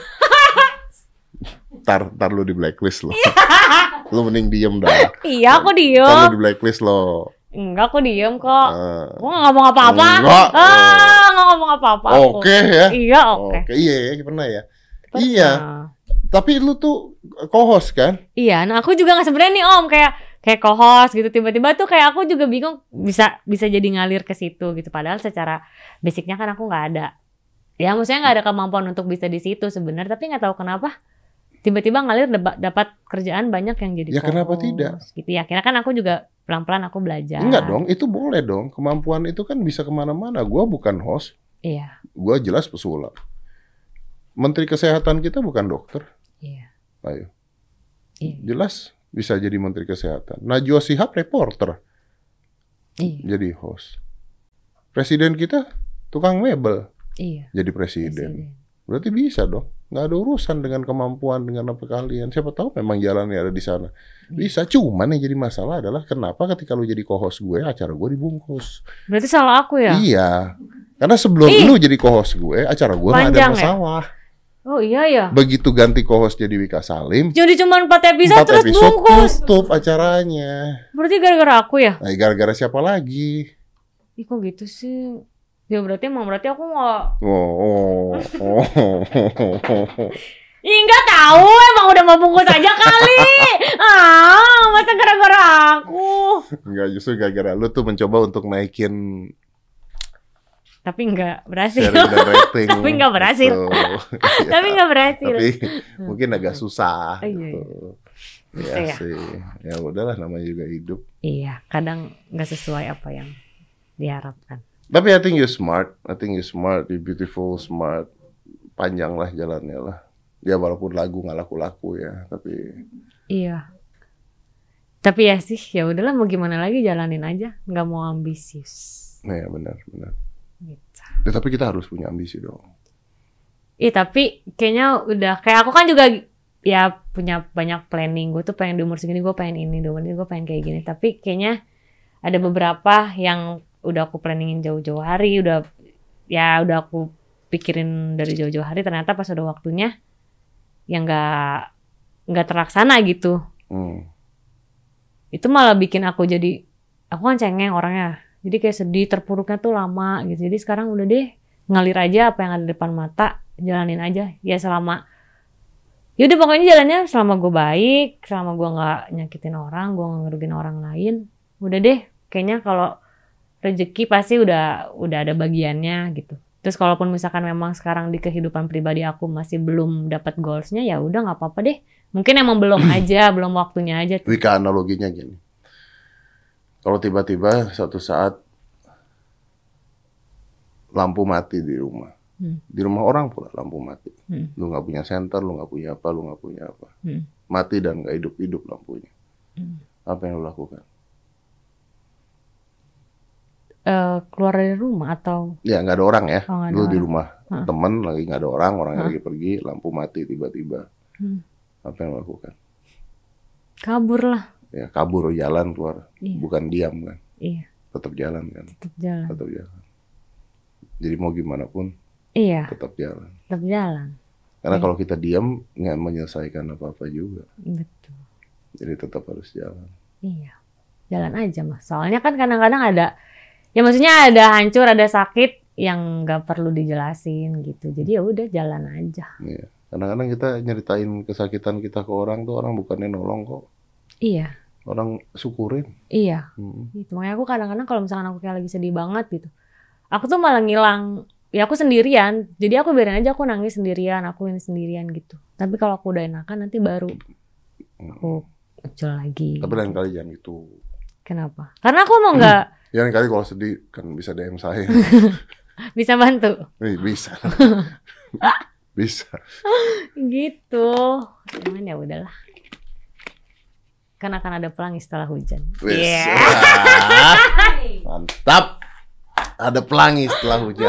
Tar lu di blacklist lo. Lu mending diem dah. Iya, aku diem. Tar lu di blacklist lo. Enggak, aku diem kok. Aku nggak ngomong apa-apa. Enggak. Nggak ngomong apa-apa. Oke ya. Iya, oke. Iya, pernah ya. Pernah. Iya. Tapi lu tuh co-host kan? Iya, nah aku juga nggak sebenarnya nih Om kayak co-host gitu, tiba-tiba tuh kayak aku juga bingung bisa jadi ngalir ke situ gitu. Padahal secara basicnya kan aku nggak ada. Ya maksudnya nggak ada kemampuan untuk bisa di situ sebenarnya, tapi nggak tahu kenapa tiba-tiba ngalir dapat kerjaan banyak yang jadi ya co-host. Kenapa tidak? Gitu ya. Akhirnya kan aku juga pelan-pelan aku belajar. Enggak dong, itu boleh dong. Kemampuan itu kan bisa kemana-mana. Gua bukan host. Iya. Gua jelas pesulap. Menteri Kesehatan kita bukan dokter. Iya. Ayo. Iya. Jelas bisa jadi Menteri Kesehatan. Najwa Shihab reporter. Iya. Jadi host. Presiden kita tukang mebel. Iya. Jadi presiden. Berarti bisa dong. Nggak ada urusan dengan kemampuan, dengan apa kalian. Siapa tahu memang jalannya ada di sana. Bisa. Cuman yang jadi masalah adalah kenapa ketika lu jadi co-host gue, acara gue dibungkus. Berarti salah aku ya? Iya. Karena sebelum lu jadi co-host gue, acara gue nggak ada masalah. Ya? Oh iya ya. Begitu ganti co-host jadi Wika Salim. Jadi cuma 4 episode terus bungkus. Tutup acaranya. Berarti gara-gara aku ya? Nah, gara-gara siapa lagi? Ih kok gitu sih? Ya berarti aku nggak. Ih nggak tahu, emang udah mau bungkus aja kali. Masa gara-gara aku? Enggak, justru gara-gara lu tuh mencoba untuk naikin. Tapi nggak berhasil. Rating. Tapi nggak berhasil. Tapi nggak berhasil. Tapi mungkin agak susah. Iya. Ya sih. Ya udahlah, namanya juga hidup. Iya, kadang nggak sesuai apa yang diharapkan. Tapi I think you smart, you beautiful, smart. Panjang lah jalannya lah. Ya walaupun lagu nggak laku-laku ya, tapi. Iya. Tapi ya sih, ya udahlah mau gimana lagi, jalanin aja, nggak mau ambisius. Nah, ya benar. Gitu. Ya, tapi kita harus punya ambisi dong. Iya tapi kayaknya udah kayak aku kan juga ya punya banyak planning. Gue tuh pengen di umur segini gue pengen ini, di umur ini gue pengen kayak gini. Tapi kayaknya ada beberapa yang udah aku planningin jauh-jauh hari, udah aku pikirin dari jauh-jauh hari. Ternyata pas udah waktunya yang nggak terlaksana gitu. Itu malah bikin aku kan cengeng orangnya. Jadi kayak sedih, terpuruknya tuh lama gitu. Jadi sekarang udah deh, ngalir aja apa yang ada di depan mata, jalanin aja. Ya yaudah pokoknya jalannya selama gue baik, selama gue nggak nyakitin orang, gue nggak ngerugiin orang lain. Udah deh, kayaknya kalau rezeki pasti udah ada bagiannya gitu. Terus kalaupun misalkan memang sekarang di kehidupan pribadi aku masih belum dapat goalsnya, ya udah nggak apa-apa deh. Mungkin emang belum aja, belum waktunya aja. Wika, analoginya gini. Kalau tiba-tiba suatu saat lampu mati di rumah, Di rumah orang pula lampu mati. Lu nggak punya senter, lu nggak punya apa, lu nggak punya apa. Mati dan nggak hidup-hidup lampunya. Apa yang lu lakukan? Keluar dari rumah atau? Ya nggak ada orang ya. Lu di rumah temen lagi nggak ada orang, orangnya lagi pergi, lampu mati tiba-tiba. Apa yang lu lakukan? Kabur lah. Ya kabur, jalan keluar. Bukan diam kan. Iya. Tetap jalan kan. Tetap jalan. Tetap jalan. Jadi mau gimana pun. Iya. Tetap jalan. Tetap jalan. Karena kalau kita diam nggak menyelesaikan apa-apa juga. Betul. Jadi tetap harus jalan. Iya. Jalan aja mas. Soalnya kan kadang-kadang ada, ya maksudnya ada hancur, ada sakit yang nggak perlu dijelasin gitu. Jadi ya udah jalan aja. Iya. Kadang-kadang kita nyeritain kesakitan kita ke orang tuh orang bukannya nolong kok. Iya. Orang syukurin. Iya. Gitu. Makanya aku kadang-kadang kalau misalkan aku kayak lagi sedih banget gitu, aku tuh malah ngilang. Ya aku sendirian, jadi aku biarin aja aku nangis sendirian, aku ini sendirian gitu. Tapi kalau aku udah enakan nanti baru aku muncul lagi. Tapi lain kali jangan gitu. Kenapa? Karena aku mau nggak. Ya lain kali kalau sedih kan bisa DM saya. Bisa bantu. Bisa. Bisa. Gitu. Cuman ya udahlah. Kan akan ada pelangi setelah hujan. Yeah. Mantap. Ada pelangi setelah hujan.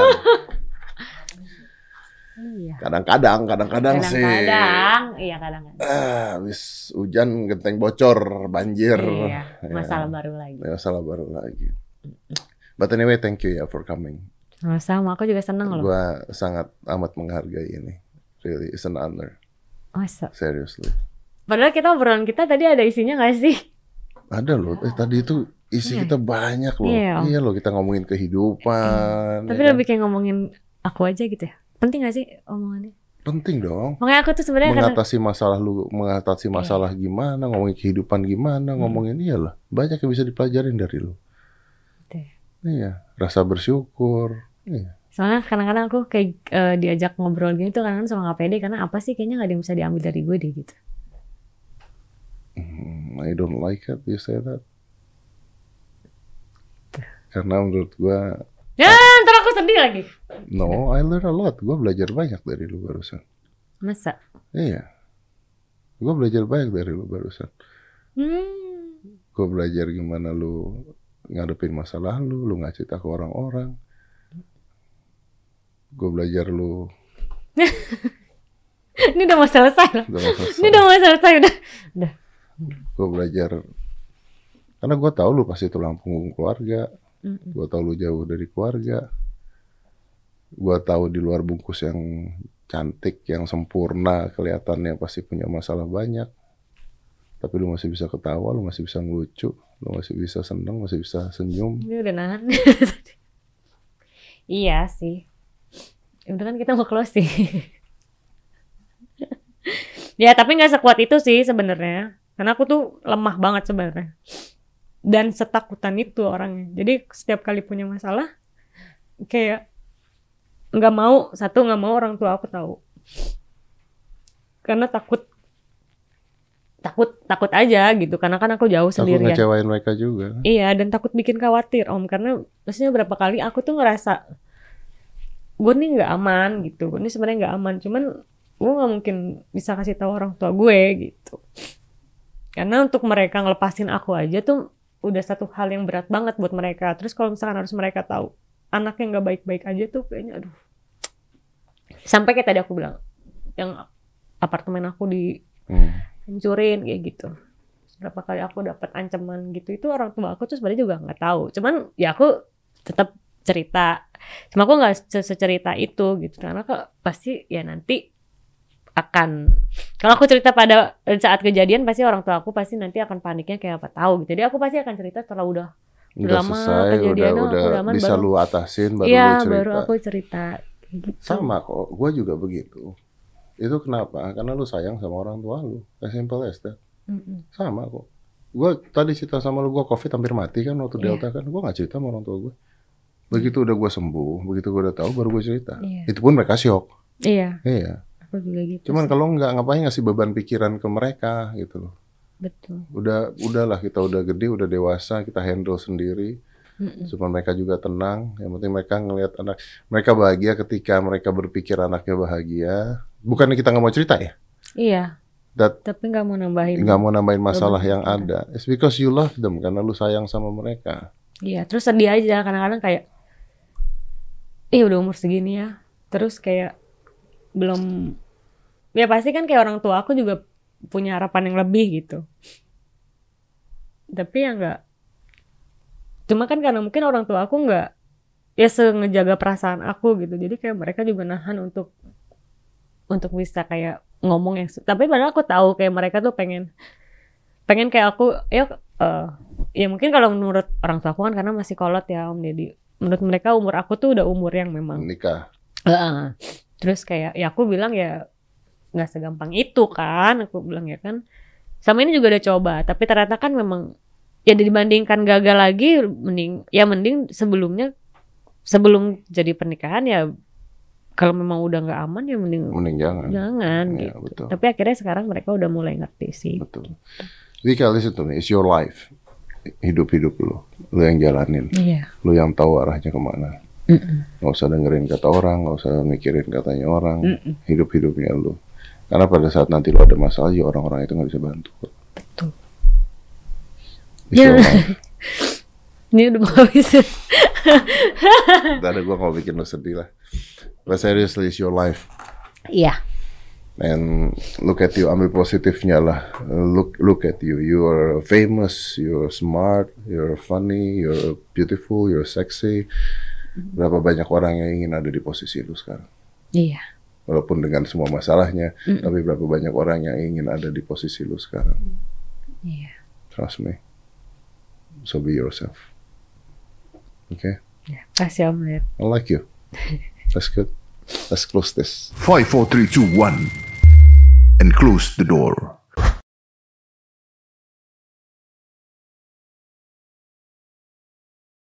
Iya. Kadang-kadang sih. Iya kadang-kadang. Habis hujan genteng bocor, banjir. Iya, masalah baru lagi. Masalah baru lagi. But anyway, thank you ya for coming. Sama, aku juga seneng loh. Gua sangat amat menghargai ini. Really, it's an honor. Masa? Seriously. Padahal obrolan kita tadi ada isinya nggak sih? Ada loh. Tadi itu isi kita banyak loh. Iya loh, kita ngomongin kehidupan. Tapi lebih kayak ngomongin aku aja gitu ya. Penting gak sih omongannya? Penting dong. Makanya aku tuh sebenarnya mengatasi masalah gimana, ngomongin kehidupan gimana, ngomongin iyalah. Banyak yang bisa dipelajarin dari lu. Iya, rasa bersyukur. Iya. Soalnya kadang-kadang aku kayak diajak ngobrol gitu kadang-kadang sama nggak pede karena apa sih kayaknya nggak ada yang bisa diambil dari gue deh gitu. I don't like it you say that. Karena menurut gue ya, ntar aku sedih lagi. No, I learn a lot. Gue belajar banyak dari lu barusan. Masa? Iya. Gue belajar banyak dari lu barusan. Gue belajar gimana lu ngadepin masalah lu nggak cerita ke orang-orang. Gue belajar lu. Ini udah mau selesai loh. Ini udah mau selesai udah. Gue belajar. Karena gue tahu lu pasti tulang punggung keluarga. Gue tahu lu jauh dari keluarga. Gue tahu di luar bungkus yang cantik, yang sempurna, kelihatannya pasti punya masalah banyak. Tapi lu masih bisa ketawa, lu masih bisa ngelucu, lu masih bisa seneng, masih bisa senyum. Ini udah nahan. Iya sih. Udah kan kita mau closing. Ya tapi nggak sekuat itu sih sebenarnya. Karena aku tuh lemah banget sebenarnya. Dan setakutan itu orangnya. Jadi setiap kali punya masalah, kayak nggak mau orang tua aku tahu. Karena takut aja gitu. Karena kan aku jauh sendirian. Takut ngecewain mereka juga. Iya, dan takut bikin khawatir Om. Karena maksudnya berapa kali aku tuh ngerasa gue nih nggak aman gitu. Gue nih sebenarnya nggak aman. Cuman gue nggak mungkin bisa kasih tahu orang tua gue gitu. Karena untuk mereka ngelepasin aku aja tuh udah satu hal yang berat banget buat mereka. Terus kalau misalkan harus mereka tahu anaknya nggak baik-baik aja tuh kayaknya aduh. Sampai kayak tadi aku bilang yang apartemen aku dihancurin kayak gitu. Berapa kali aku dapat ancaman gitu, itu orang tua aku tuh sebenarnya juga nggak tahu. Cuman ya aku tetap cerita. Cuma aku nggak secerita itu gitu karena pasti ya nanti akan, kalau aku cerita pada saat kejadian pasti orang tua aku pasti nanti akan paniknya kayak apa tahu gitu. Jadi aku pasti akan cerita setelah udah lama selesai, kejadiannya udah aman, bisa baru, lu atasin baru iya, lu cerita. Baru aku cerita gitu. Sama kok, gue juga begitu. Itu kenapa? Karena lu sayang sama orang tua lu. As simple as that. Sama kok. Gue tadi cerita sama lu, gue COVID hampir mati kan waktu Delta kan. Gue gak cerita sama orang tua gue. Begitu udah gue sembuh, begitu gue udah tahu baru gue cerita. Itu pun mereka syok. Iya. Aku juga gitu. Cuman kalau nggak ngapain ngasih beban pikiran ke mereka gitu loh. Betul. Udahlah kita udah gede, udah dewasa, kita handle sendiri. supaya mereka juga tenang. Yang penting mereka ngelihat anak mereka bahagia ketika mereka berpikir anaknya bahagia. Bukannya kita nggak mau cerita ya? Iya. Tapi nggak mau nambahin masalah yang ada. It's because you love them, karena lu sayang sama mereka. Iya, terus sedih aja kadang-kadang kayak, udah umur segini ya. Terus kayak belum, ya pasti kan kayak orang tua aku juga punya harapan yang lebih gitu. Tapi ya nggak. Cuma kan karena mungkin orang tua aku nggak ya ngejaga perasaan aku gitu. Jadi kayak mereka juga nahan untuk bisa kayak ngomong yang, tapi padahal aku tahu kayak mereka tuh pengen kayak aku ya mungkin kalau menurut orang tua aku kan karena masih kolot ya Om Deddy, menurut mereka umur aku tuh udah umur yang memang nikah. Terus kayak ya aku bilang ya nggak segampang itu kan, aku bilang ya kan sama ini juga udah coba tapi ternyata kan memang ya dibandingkan gagal lagi mending sebelum jadi pernikahan ya. Kalau memang udah nggak aman ya mending jangan ya, gitu. Betul. Tapi akhirnya sekarang mereka udah mulai ngerti sih. Betul. Jadi listen to me, it's your life. Hidup lu yang jalanin. Iya. Lu yang tahu arahnya kemana. Nggak usah dengerin kata orang, nggak usah mikirin katanya orang. Hidup-hidupnya lu. Karena pada saat nanti lu ada masalah, ya orang-orang itu nggak bisa bantu. Betul. It's your life. Ini udah mau habis. Tadi gue mau bikin lu sedih lah. But seriously, it's your life. Iya. And look at you, ambil positifnya lah. Look at you. You are famous, you're smart, you're funny, you're beautiful, you're sexy. Berapa banyak orang yang ingin ada di posisi lu sekarang? Iya. Walaupun dengan semua masalahnya, tapi berapa banyak orang yang ingin ada di posisi lu sekarang? Iya. Trust me. So be yourself. Okay? Ya, kasih Om Lid. I like you. That's good. Let's close this. 5, 4, 3, 2, 1. And close the door.